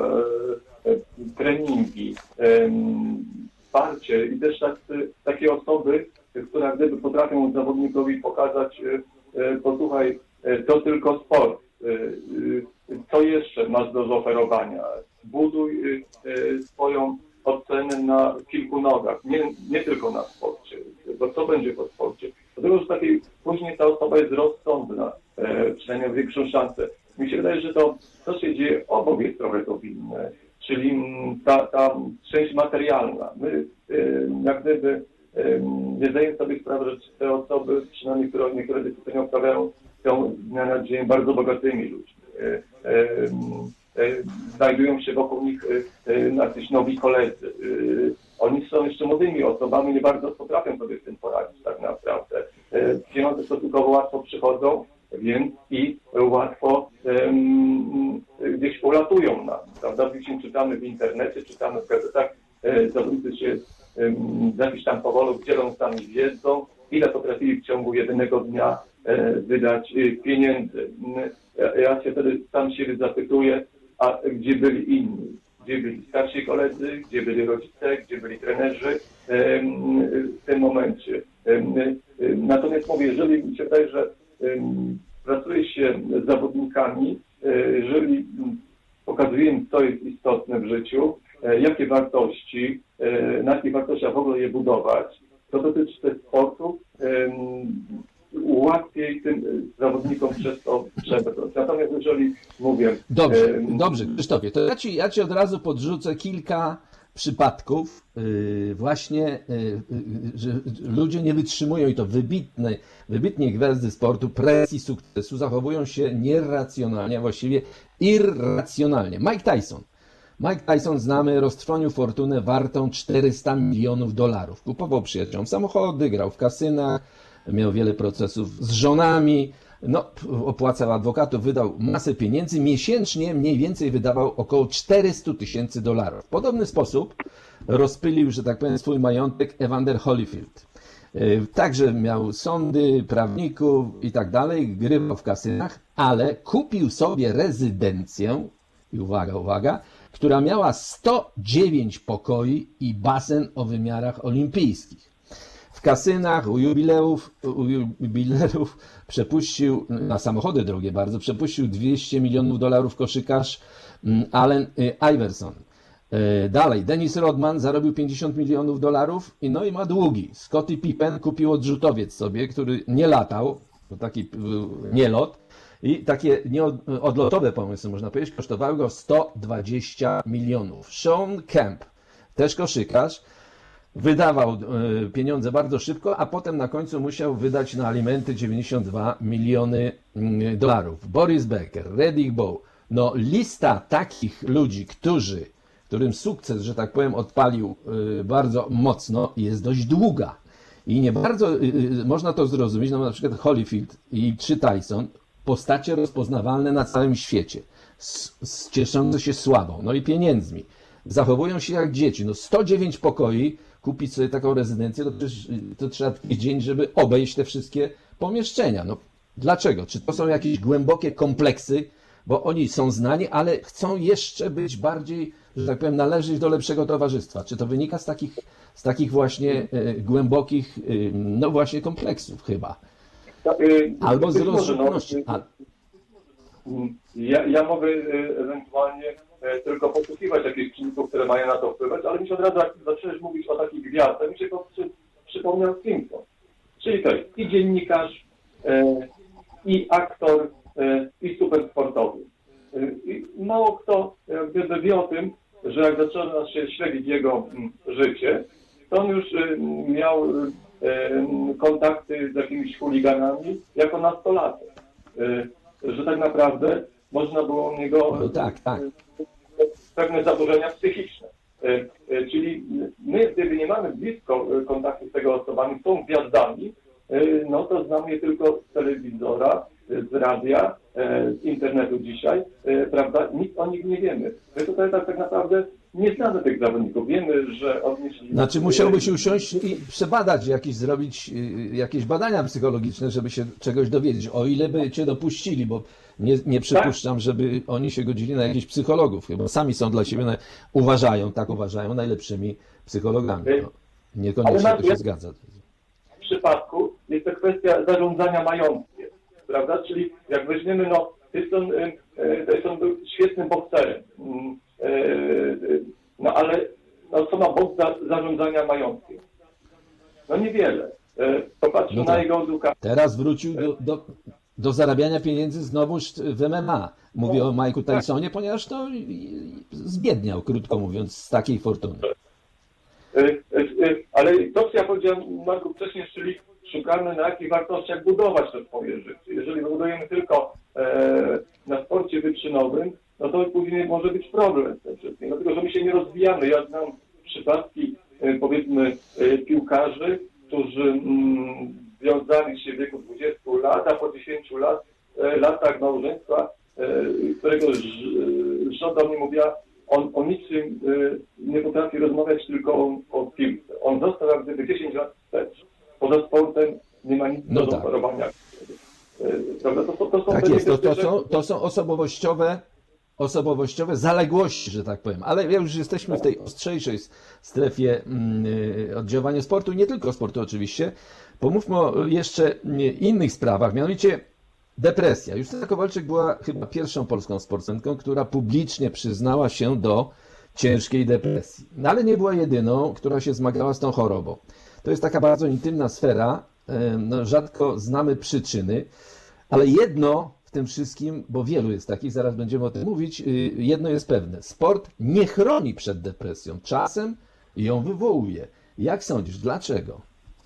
treningi, wsparcie i też takie osoby, które gdyby potrafią zawodnikowi pokazać, posłuchaj, to tylko sport, co jeszcze masz do zaoferowania, buduj swoją ocenę na kilku nogach, nie tylko na sporcie, bo co będzie po sporcie. Dlatego, że później ta osoba jest rozsądna, przynajmniej ma większą szansę. Mi się wydaje, że to, co się dzieje obok, jest trochę to winne, czyli ta część materialna. My jak gdyby nie zdajemy sobie sprawy, że te osoby, przynajmniej niektóre dyscypliny uprawiają, są z dnia na dzień bardzo bogatymi ludźmi. Znajdują się wokół nich jacyś nowi koledzy. Oni są jeszcze młodymi osobami, nie bardzo potrafią sobie z tym poradzić tak naprawdę. Pieniądze stosunkowo łatwo przychodzą, więc i łatwo gdzieś ulatują nam, prawda? Gdzieś czytamy w internecie, czytamy w gazetach, zawodnicy się z jakichś tam powodów dzielą sami wiedzą, ile potrafili w ciągu jednego dnia wydać pieniędzy. Ja się wtedy sam siebie zapytuję, a gdzie byli inni? Gdzie byli starsi koledzy, gdzie byli rodzice, gdzie byli trenerzy w tym momencie? Natomiast mówię, jeżeli mi się wydaje, że pracuje się z zawodnikami, jeżeli pokazuje im, co jest istotne w życiu, jakie wartości, na jakich wartościach w ogóle je budować, to dotyczy też sportu, łatwiej tym zawodnikom przez to przebrnąć. Natomiast jeżeli mówię... Dobrze, Krzysztofie, to ja ci od razu podrzucę kilka przypadków właśnie, że ludzie nie wytrzymują i to wybitnie gwiazdy sportu, presji sukcesu, zachowują się nieracjonalnie, a właściwie irracjonalnie. Mike Tyson znamy, roztrwonił fortunę wartą $400 milionów. Kupował przyjaciółom samochody, grał w kasynach, miał wiele procesów z żonami, opłacał adwokatów, wydał masę pieniędzy, miesięcznie mniej więcej wydawał około $400,000. W podobny sposób rozpylił, że tak powiem, swój majątek Evander Holyfield. Także miał sądy, prawników i tak dalej, grywał w kasynach, ale kupił sobie rezydencję, i uwaga, która miała 109 pokoi i basen o wymiarach olimpijskich. W kasynach, u jubilerów przepuścił, na samochody drogie bardzo, przepuścił $200 milionów koszykarz Allen Iverson. Dalej, Dennis Rodman zarobił $50 milionów no i ma długi. Scottie Pippen kupił odrzutowiec sobie, który nie latał, to taki nielot, i takie odlotowe pomysły, można powiedzieć, kosztowały go $120 milionów. Sean Kemp, też koszykarz, wydawał pieniądze bardzo szybko, a potem na końcu musiał wydać na alimenty $92 miliony. Boris Becker, Reddick Bowe. No lista takich ludzi, którym sukces, że tak powiem, odpalił bardzo mocno, jest dość długa. I nie bardzo można to zrozumieć, no na przykład Holyfield czy Tyson, postacie rozpoznawalne na całym świecie, cieszące się sławą, no i pieniędzmi. Zachowują się jak dzieci. No 109 pokoi, kupić sobie taką rezydencję, to trzeba tydzień, żeby obejść te wszystkie pomieszczenia. No dlaczego? Czy to są jakieś głębokie kompleksy, bo oni są znani, ale chcą jeszcze być bardziej, że tak powiem, należeć do lepszego towarzystwa? Czy to wynika z takich właśnie głębokich, no właśnie kompleksów chyba? Albo z rozrzutności. Ja mogę ewentualnie tylko poszukiwać jakichś czynników, które mają na to wpływać, ale mi się od razu, jak zaczęłeś mówić o takich gwiazdach, mi się to przypomniał Simpson. Czyli to jest i dziennikarz, i aktor, i supersportowy. I mało kto gdyby wie o tym, że jak zaczyna się śledzić jego życie, to on już miał kontakty z jakimiś chuliganami jako nastolatek. Że tak naprawdę można było u niego pewne zaburzenia psychiczne. Czyli my, gdyby nie mamy blisko kontaktu z tego osobami, są gwiazdami, no to znamy je tylko z telewizora, z radia, z internetu dzisiaj, prawda? Nic o nich nie wiemy. My tutaj tak naprawdę nie znamy tych zawodników. Wiemy, że odnieśli... Znaczy musiałbyś usiąść i przebadać, zrobić jakieś badania psychologiczne, żeby się czegoś dowiedzieć, o ile by cię dopuścili, bo nie przypuszczam, żeby oni się godzili na jakichś psychologów, bo sami są dla siebie, uważają najlepszymi psychologami. No, niekoniecznie to się zgadza. W przypadku jest to kwestia zarządzania majątkiem, prawda? Czyli jak weźmiemy, Tyson był świetnym bokserem, no ale co ma boks zarządzania majątkiem? No niewiele. Popatrzmy na jego edukację. Teraz wrócił do zarabiania pieniędzy znowuż w MMA. Mówię o Mike'u Tysonie, ponieważ to zbiedniał, krótko mówiąc, z takiej fortuny. Ale to, co ja powiedziałem, Marku, wcześniej, czyli szukamy, na jakich wartościach budować to swoje życie. Jeżeli budujemy tylko na sporcie wyczynowym, no to później może być problem z tym wszystkim. Dlatego, że my się nie rozwijamy. Ja znam przypadki, powiedzmy, piłkarzy, którzy związali się w wieku 20 lat, a po 10 latach małżeństwa, którego żona do mnie mówiła, on o niczym nie potrafi rozmawiać, tylko o piłce. On został jak gdyby 10 lat wstecz. Poza sportem nie ma nic do zaoferowania. Tak jest, to są osobowościowe zaległości, że tak powiem. Ale już jesteśmy w tej ostrzejszej strefie oddziaływania sportu i nie tylko sportu oczywiście. Pomówmy o jeszcze innych sprawach, mianowicie depresja. Justyna Kowalczyk była chyba pierwszą polską sportsmenką, która publicznie przyznała się do ciężkiej depresji. No, ale nie była jedyną, która się zmagała z tą chorobą. To jest taka bardzo intymna sfera, rzadko znamy przyczyny, ale jedno w tym wszystkim, bo wielu jest takich, zaraz będziemy o tym mówić, jedno jest pewne. Sport nie chroni przed depresją, czasem ją wywołuje. Jak sądzisz, dlaczego?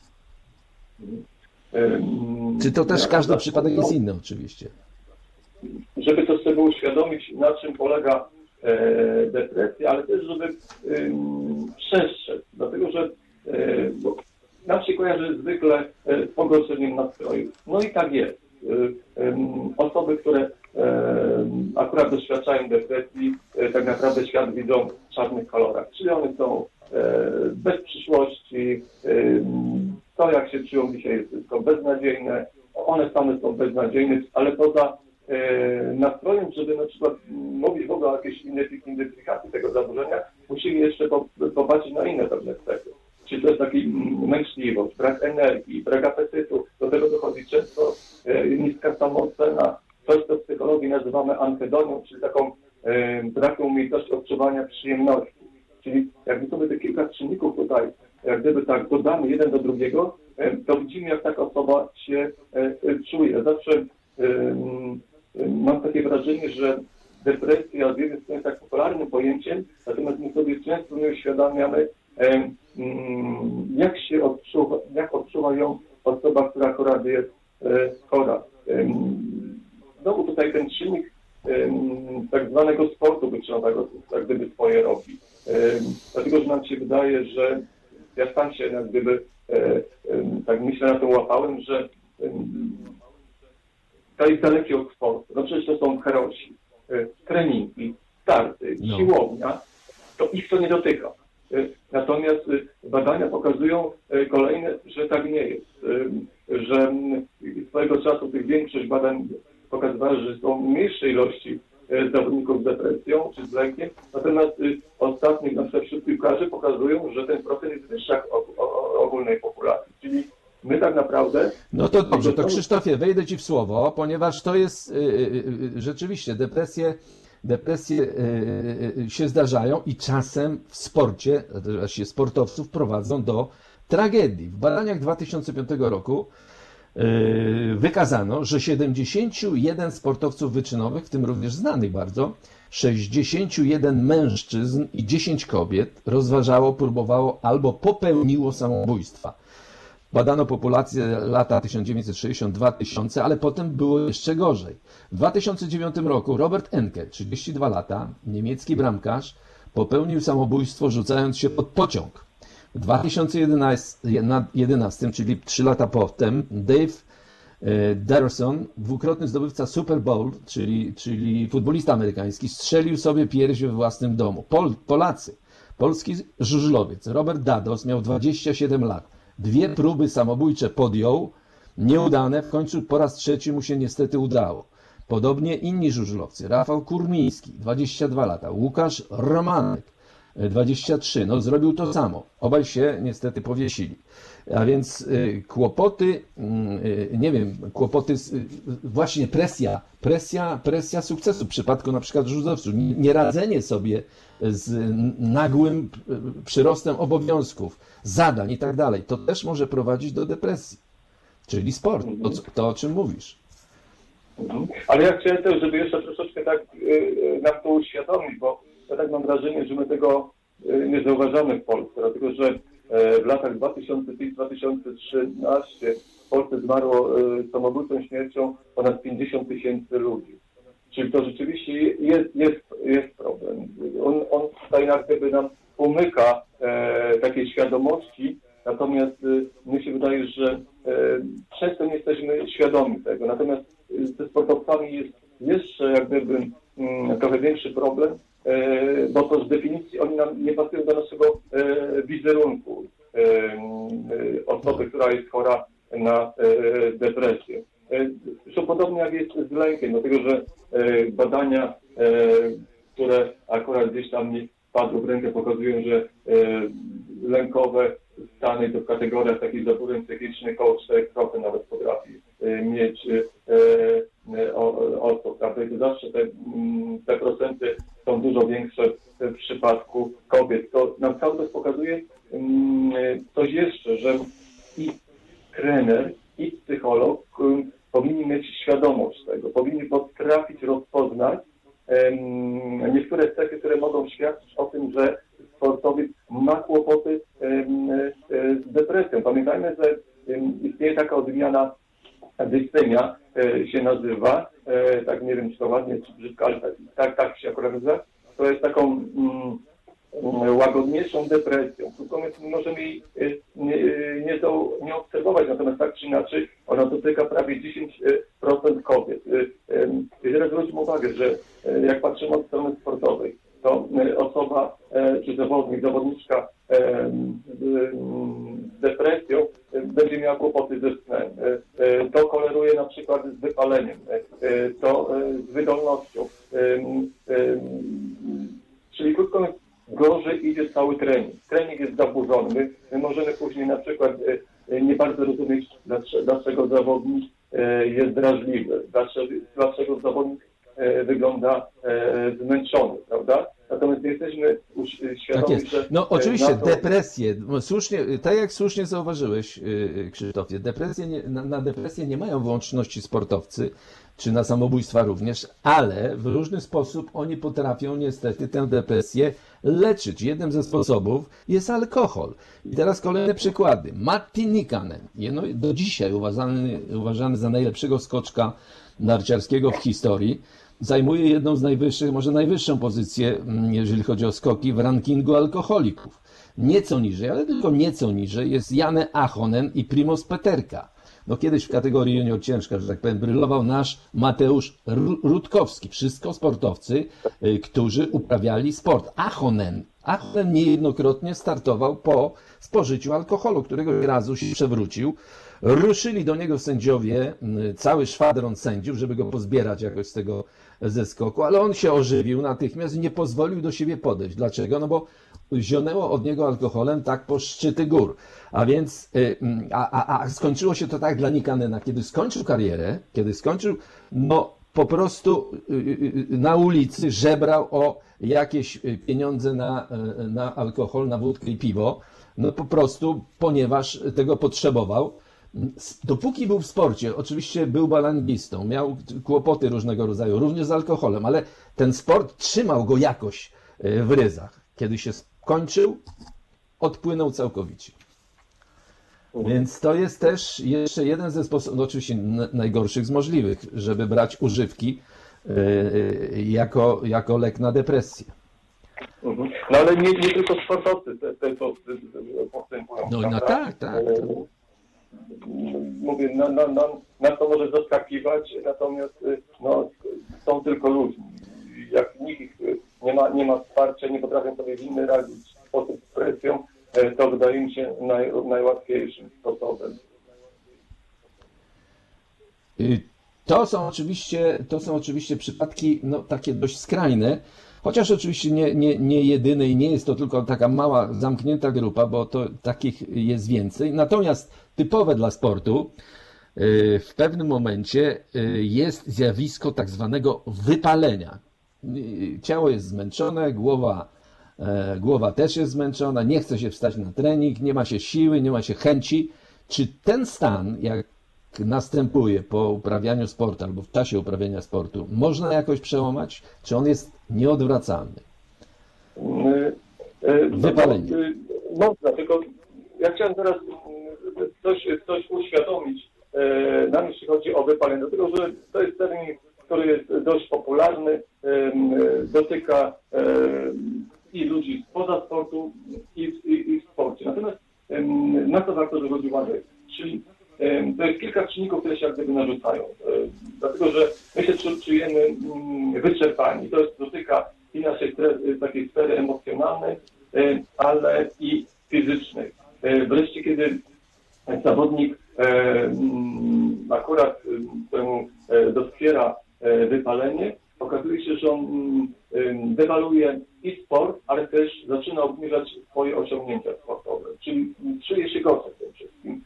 Czy to też każdy przypadek jest inny oczywiście? Żeby to sobie uświadomić, na czym polega depresja, ale też, żeby przestrzec. Dlatego, że nam się kojarzy zwykle z pogorszeniem nastroju. No i tak jest. Osoby, które akurat doświadczają depresji, tak naprawdę świat widzą w czarnych kolorach. Czyli one są bez przyszłości, to jak się czują dzisiaj jest wszystko beznadziejne, one same są beznadziejne, ale poza nastrojem, żeby na przykład mówić w ogóle o jakiejś identyfikacji tego zaburzenia, musimy jeszcze popatrzeć na inne pewne cechy. Czy jest taki męczliwość, brak energii, brak apetytu. Do tego dochodzi często niska samoocena. Coś, co w psychologii nazywamy anhedonią, czyli taką brakiem umiejętności odczuwania przyjemności. Czyli jakby sobie te kilka czynników tutaj, jak gdyby tak dodamy jeden do drugiego, to widzimy, jak taka osoba się czuje. Zawsze mam takie wrażenie, że depresja z jednej strony jest tak popularnym pojęciem, natomiast my sobie często nie uświadamiamy, jak odczuwa ją osoba, która akurat jest chora. Znowu tutaj ten czynnik tak zwanego sportu wyczynowego jak gdyby swoje robi. Dlatego, że nam się wydaje, że ja sam się jak gdyby tak myślę na to łapałem, że to jest dalekie od sportu. No przecież to są herosi. Treningi, starty, siłownia, to ich to nie dotyka. Natomiast badania pokazują kolejne, że tak nie jest. Że swojego czasu większość badań pokazywała, że są mniejsze ilości zawodników z depresją czy z lękiem, natomiast ostatnich na przykład wśród piłkarzy pokazują, że ten procent jest wyższy jak ogólnej populacji. Czyli my tak naprawdę... No to dobrze, to Krzysztofie, wejdę Ci w słowo, ponieważ to jest rzeczywiście depresje się zdarzają i czasem w sporcie, właśnie sportowców prowadzą do tragedii. W badaniach 2005 roku wykazano, że 71 sportowców wyczynowych, w tym również znanych bardzo, 61 mężczyzn i 10 kobiet rozważało, próbowało albo popełniło samobójstwa. Badano populację lata 1960-2000, ale potem było jeszcze gorzej. W 2009 roku Robert Enke, 32 lata, niemiecki bramkarz, popełnił samobójstwo rzucając się pod pociąg. W 2011, czyli 3 lata potem, Dave Darrison, dwukrotny zdobywca Super Bowl, czyli futbolista amerykański, strzelił sobie pierś we własnym domu. Polski żużlowiec Robert Dados miał 27 lat. 2 próby samobójcze podjął, nieudane, w końcu po raz 3 mu się niestety udało. Podobnie inni żużlowcy, Rafał Kurmiński, 22 lata, Łukasz Romanek, 23, no zrobił to samo. Obaj się niestety powiesili. A więc kłopoty, nie wiem, właśnie presja sukcesu w przypadku na przykład żużlowców, nieradzenie sobie z nagłym przyrostem obowiązków, zadań i tak dalej, to też może prowadzić do depresji, czyli sport, to o czym mówisz. Ale ja chciałem też, żeby jeszcze troszeczkę tak nam to uświadomić, bo ja tak mam wrażenie, że my tego nie zauważamy w Polsce, dlatego że w latach 2005-2013 w Polsce zmarło samobójczą śmiercią ponad 50 000 ludzi. Czyli to rzeczywiście jest problem. On tutaj jak gdyby nam umyka takiej świadomości, natomiast mi się wydaje, że często nie jesteśmy świadomi tego. Natomiast ze sportowcami jest jeszcze jak gdyby trochę większy problem, bo to z definicji oni nam nie pasują do naszego wizerunku osoby, która jest chora na depresję. Zresztą podobnie jak jest z lękiem, dlatego że badania, które akurat gdzieś tam mi padły w rękę, pokazują, że lękowe stany to w kategoriach takich zaburzeń psychicznych około 4% nawet potrafi mieć osób, prawda? I to zawsze te procenty są dużo większe w przypadku kobiet. To nam cały czas pokazuje coś jeszcze, że i trener, i psycholog powinni mieć świadomość tego, powinni potrafić rozpoznać niektóre cechy, które mogą świadczyć o tym, że sportowiec ma kłopoty z depresją. Pamiętajmy, że istnieje taka odmiana dystemia, się nazywa, tak nie wiem, czy to ładnie, czy brzydko, ale tak się akurat nazywa. To jest taką łagodniejszą depresją. Tylko my możemy jej nie obserwować, natomiast tak czy inaczej ona dotyka prawie 10% kobiet. I teraz zwróćmy uwagę, że jak patrzymy od strony sportowej, to osoba czy zawodniczka z depresją będzie miała kłopoty ze snem. To koreluje na przykład z wypaleniem, to z wydolnością. Czyli krótko mówiąc, gorzej idzie cały trening. Trening jest zaburzony. My możemy później na przykład nie bardzo rozumieć, dlaczego zawodnik jest drażliwy, dlaczego zawodnik wygląda zmęczony, prawda? Natomiast jesteśmy świadomi, Tak jest. że... No oczywiście, na to... depresje, słusznie, tak jak słusznie zauważyłeś, Krzysztofie, na depresję nie mają wyłączności sportowcy, czy na samobójstwa również, ale w różny sposób oni potrafią niestety tę depresję leczyć. Jednym ze sposobów jest alkohol. I teraz kolejne przykłady. Matti Nikkanen, do dzisiaj uważany za najlepszego skoczka narciarskiego w historii, zajmuje jedną z najwyższych, może najwyższą pozycję, jeżeli chodzi o skoki, w rankingu alkoholików. Nieco niżej, ale tylko nieco niżej jest Janne Ahonen i Primoz Peterka. No kiedyś w kategorii junior ciężka, że tak powiem, brylował nasz Mateusz Rutkowski. Wszystko sportowcy, którzy uprawiali sport. Ahonen niejednokrotnie startował po spożyciu alkoholu, którego razu się przewrócił. Ruszyli do niego sędziowie, cały szwadron sędziów, żeby go pozbierać jakoś z tego zeskoku, ale on się ożywił natychmiast i nie pozwolił do siebie podejść. Dlaczego? No bo zionęło od niego alkoholem tak po szczyty gór. A więc, skończyło się to tak dla Nikkannena, kiedy skończył karierę, no po prostu na ulicy żebrał o jakieś pieniądze na alkohol, na wódkę i piwo, no po prostu, ponieważ tego potrzebował. Dopóki był w sporcie, oczywiście był balangistą, miał kłopoty różnego rodzaju, również z alkoholem, ale ten sport trzymał go jakoś w ryzach. Kiedy się skończył, odpłynął całkowicie. Więc to jest też jeszcze jeden ze sposobów, no oczywiście najgorszych z możliwych, żeby brać używki jako lek na depresję. No ale nie tylko sportowcy te postępują. No tak. Mówię, nas to może zaskakiwać, natomiast no, są tylko ludźmi. Jak nikt nie ma wsparcia, nie potrafią sobie w inny radzić w sposób z presją, to wydaje mi się najłatwiejszym sposobem. To są oczywiście przypadki takie dość skrajne, chociaż oczywiście nie jedyne i nie jest to tylko taka mała, zamknięta grupa, bo to takich jest więcej. Natomiast typowe dla sportu w pewnym momencie jest zjawisko tak zwanego wypalenia. Ciało jest zmęczone, głowa też jest zmęczona, nie chce się wstać na trening, nie ma się siły, nie ma się chęci. Czy ten stan, jak następuje po uprawianiu sportu albo w czasie uprawiania sportu, można jakoś przełamać? Czy on jest nieodwracalny? Wypalenie. Można, tylko ja chciałem teraz coś uświadomić nam, jeśli chodzi o wypalenie, dlatego że to jest termin, który jest dość popularny, dotyka i ludzi spoza sportu, i w sporcie. Natomiast na to warto zwrócić uwagę. Czyli to jest kilka czynników, które się jak gdyby narzucają. Dlatego, że my się czujemy wyczerpani. To dotyka i naszej takiej sfery emocjonalnej, ale i fizycznej. Wreszcie, kiedy zawodnik akurat któremu doskwiera wypalenie, okazuje się, że on dewaluuje i sport, ale też zaczyna obniżać swoje osiągnięcia sportowe. Czyli czuje się gorzej w tym wszystkim.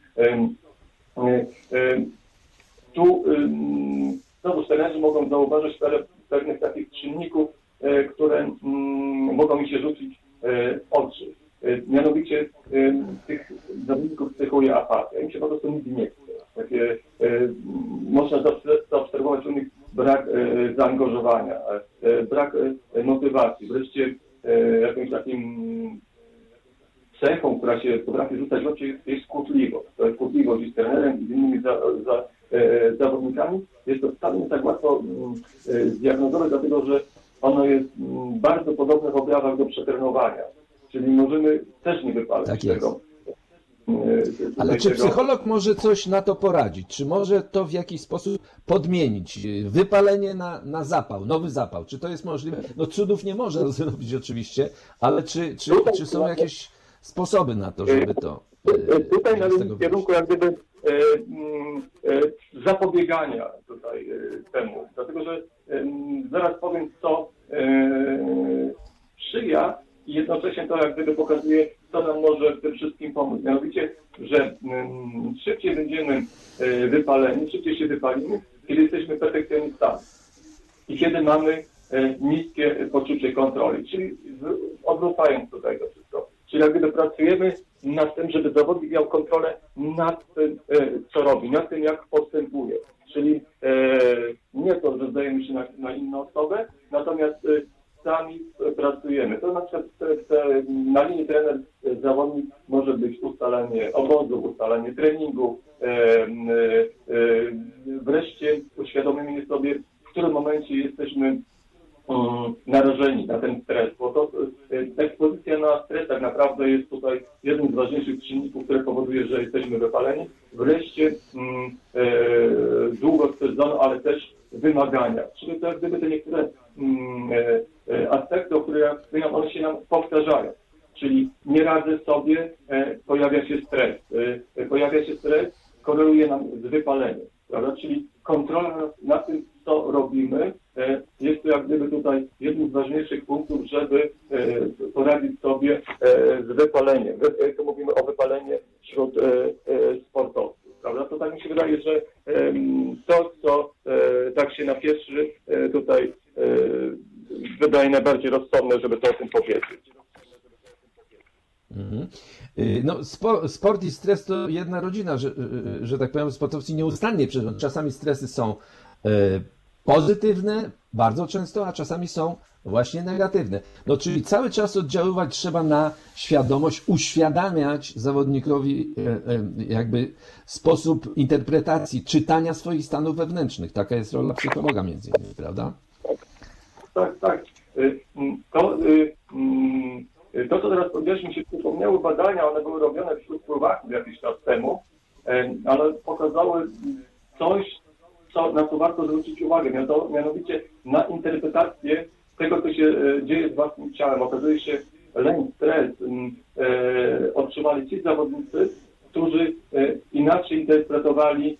Tu znowu trenerzy mogą zauważyć pewnych takich czynników, które mogą mi się rzucić w oczy. Mianowicie tych zawodników cechuje apatia. Im się po prostu nic nie chce. Można zaobserwować u nich brak zaangażowania, brak motywacji. Wreszcie jakimś takim cechą, która się potrafi rzucać w oczy, jest kłótliwość. To jest kłótliwość i z trenerem, i z innymi zawodnikami. Jest to wcale nie tak łatwo zdiagnozować, dlatego że ono jest bardzo podobne w objawach do przetrenowania. Czyli możemy też nie wypalać tego. Ale czy psycholog może coś na to poradzić? Czy może to w jakiś sposób podmienić? Wypalenie na zapał, nowy zapał. Czy to jest możliwe? No cudów nie może zrobić oczywiście, ale czy są jakieś sposoby na to, żeby to... Tutaj na kierunku jak gdyby zapobiegania tutaj temu. Dlatego, że zaraz powiem, co sprzyja i jednocześnie to jak gdyby pokazuje, co nam może w tym wszystkim pomóc. Mianowicie, że szybciej będziemy wypaleni, szybciej się wypalimy, kiedy jesteśmy perfekcjonistami i kiedy mamy niskie poczucie kontroli, czyli odwracając do tego wszystko. Czyli jak gdyby pracujemy nad tym, żeby zawodnik miał kontrolę nad tym, co robi, nad tym, jak postępuje. Czyli nie to, że zdajemy się na inną osobę, natomiast sami pracujemy. To na przykład na linii trener zawodnik może być ustalenie obozu, ustalenie treningu, wreszcie uświadomienie sobie, w którym momencie jesteśmy narażeni na ten stres, bo to ekspozycja na stres tak naprawdę jest tutaj jednym z ważniejszych czynników, które powoduje, że jesteśmy wypaleni. Wreszcie długość sezonu, ale też wymagania. Czyli to jak gdyby te niektóre aspekty, o których one się nam powtarzają. Czyli nie radzę sobie, pojawia się stres, koreluje nam z wypaleniem, prawda? Czyli kontrola nad tym, co robimy, jest to jak gdyby tutaj jednym z ważniejszych punktów, żeby poradzić sobie z wypaleniem. To mówimy o wypaleniu wśród sportowców, prawda? To tak mi się wydaje, że to, co tak się na pierwszy tutaj wydaje najbardziej rozsądne, żeby to o tym powiedzieć. No, sport i stres to jedna rodzina, że tak powiem, sportowcy nieustannie przeżywają. Czasami stresy są pozytywne, bardzo często, a czasami są właśnie negatywne. No, czyli cały czas oddziaływać trzeba na świadomość, uświadamiać zawodnikowi jakby sposób interpretacji, czytania swoich stanów wewnętrznych. Taka jest rola psychologa między innymi, prawda? Tak. To, co teraz powiedziałeś, mi się przypomniały badania, one były robione wśród pływaków jakiś czas temu, ale pokazały coś, na co warto zwrócić uwagę, mianowicie na interpretację tego, co się dzieje z własnym ciałem. Okazuje się, lęk, stres otrzymali ci zawodnicy, którzy inaczej interpretowali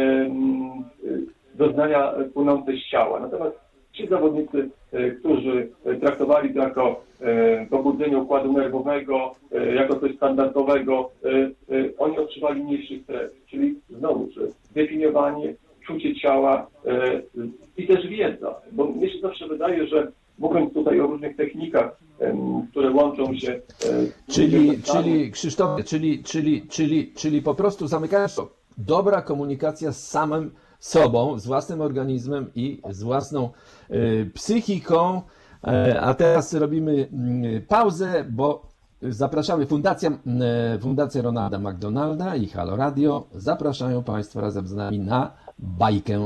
doznania płynące z ciała. Natomiast ci zawodnicy, którzy traktowali to jako pobudzenie układu nerwowego, jako coś standardowego, oni otrzymali mniejszy stres. Czyli znowu, definiowanie, czucie ciała i też wiedza. Bo mnie się zawsze wydaje, że mówiąc tutaj o różnych technikach, które łączą się... Czyli Krzysztofie, czyli po prostu zamykając to, dobra komunikacja z samym sobą, z własnym organizmem i z własną psychiką. A teraz robimy pauzę, bo zapraszamy Fundację Ronalda McDonalda i Halo Radio. Zapraszają Państwa razem z nami na bajkę.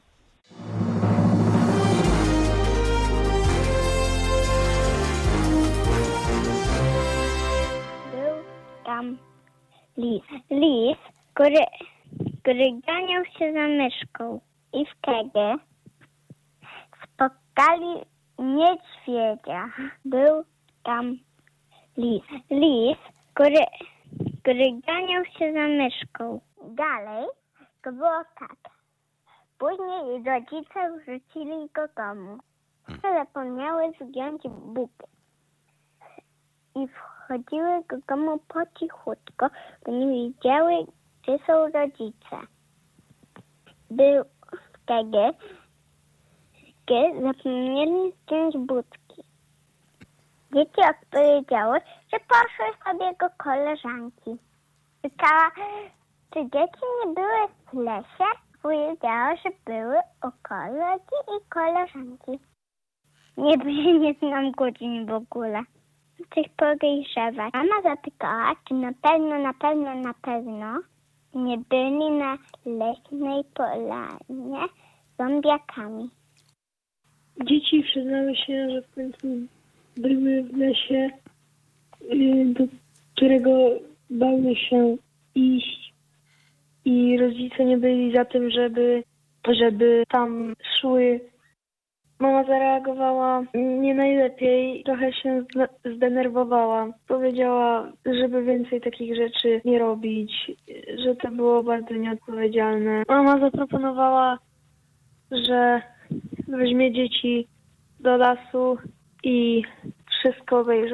Był tam lis, który ganiał się za myszką i wtedy spotkali niedźwiedzia. Był tam lis, który ganiał się za myszką. Dalej to było tak. Później rodzice wrzucili go domu. Zapomniały zgiąć buty. I wchodziły do domu po cichutko, bo nie wiedziały, gdzie są rodzice. Był wtedy, kiedy zapomnieli zdjąć butki. Dzieci odpowiedziały, że poszły sobie do koleżanki. Pytała, czy dzieci nie były w lesie? Powiedziała, że były u kolegi i koleżanki. Nie znam godzin w ogóle. Coś podejrzewać. Mama zapytała, czy na pewno nie byli na leśnej polanie zombiakami. Dzieci przyznały się, że w końcu były w lesie, do którego bały się iść i rodzice nie byli za tym, żeby tam szły. Mama zareagowała nie najlepiej, trochę się zdenerwowała. Powiedziała, żeby więcej takich rzeczy nie robić, że to było bardzo nieodpowiedzialne. Mama zaproponowała, że weźmie dzieci do lasu i wszystko obejrzą.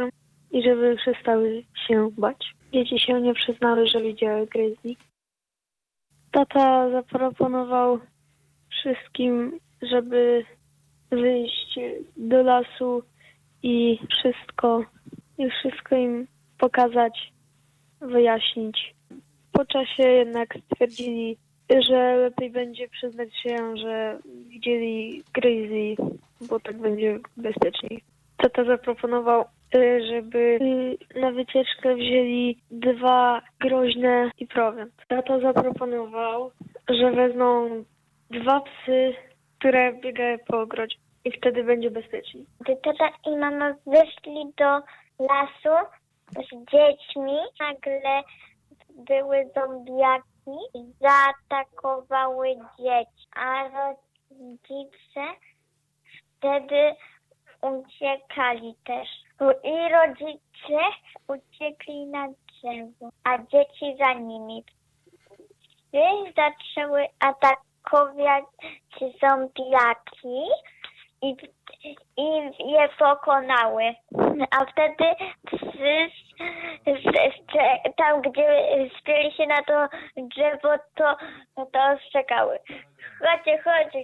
i żeby przestały się bać. Dzieci się nie przyznały, że widziały grizzly. Tata zaproponował wszystkim, żeby wyjść do lasu i wszystko im pokazać, wyjaśnić. Po czasie jednak stwierdzili, że lepiej będzie przyznać się, że widzieli grizzly, bo tak będzie bezpieczniej. Tata zaproponował, żeby na wycieczkę wzięli 2 groźne i prowiant. Tata zaproponował, że wezmą 2 psy, które biegają po ogrodzie i wtedy będzie bezpieczniej. Gdy tata i mama wyszli do lasu z dziećmi, nagle były zombiaki i zaatakowały dzieci, a rodzice wtedy uciekali też. I rodzice uciekli na drzewo, a dzieci za nimi. Psy zaczęły atakować zombiaki i je pokonały. A wtedy psy tam, gdzie spieli się na to drzewo, to ostrzekały. Chodźcie.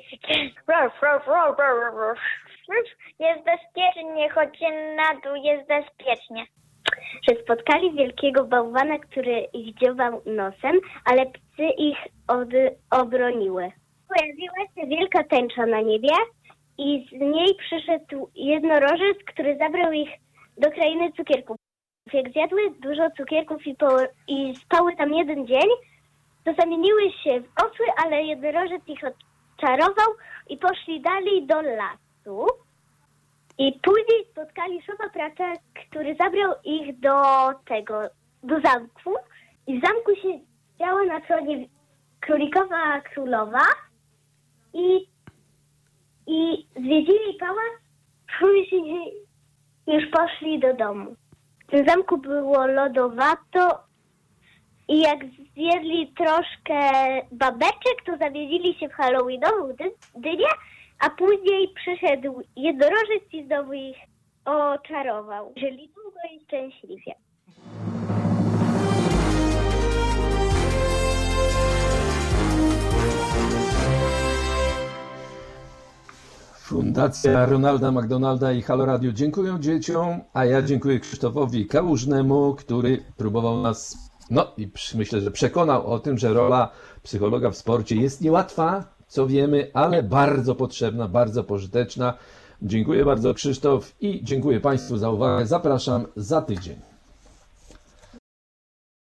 Jest bezpiecznie, chodźcie na dół, jest bezpiecznie. Że spotkali wielkiego bałwana, który ich dziobał nosem, ale psy ich obroniły. Pojawiła się wielka tęcza na niebie i z niej przyszedł jednorożec, który zabrał ich do krainy cukierków. Jak zjadły dużo cukierków i spały tam 1 dzień, to zamieniły się w osły, ale jednorożec ich odczarował i poszli dalej do lasu. I później spotkali szopapracza, który zabrał ich do zamku. I w zamku siedziała na tronie królikowa królowa i zwiedzili pałac, później już poszli do domu. W tym zamku było lodowato i jak zjedli troszkę babeczek, to zamienili się w halloweenową dynię, a później przyszedł jednorożec i znowu ich oczarował. Żyli długo i szczęśliwie. Fundacja Ronalda McDonalda i Halo Radio dziękuję dzieciom, a ja dziękuję Krzysztofowi Kałużnemu, który próbował nas, i myślę, że przekonał o tym, że rola psychologa w sporcie jest niełatwa, co wiemy, ale bardzo potrzebna, bardzo pożyteczna. Dziękuję bardzo Krzysztof i dziękuję Państwu za uwagę. Zapraszam za tydzień.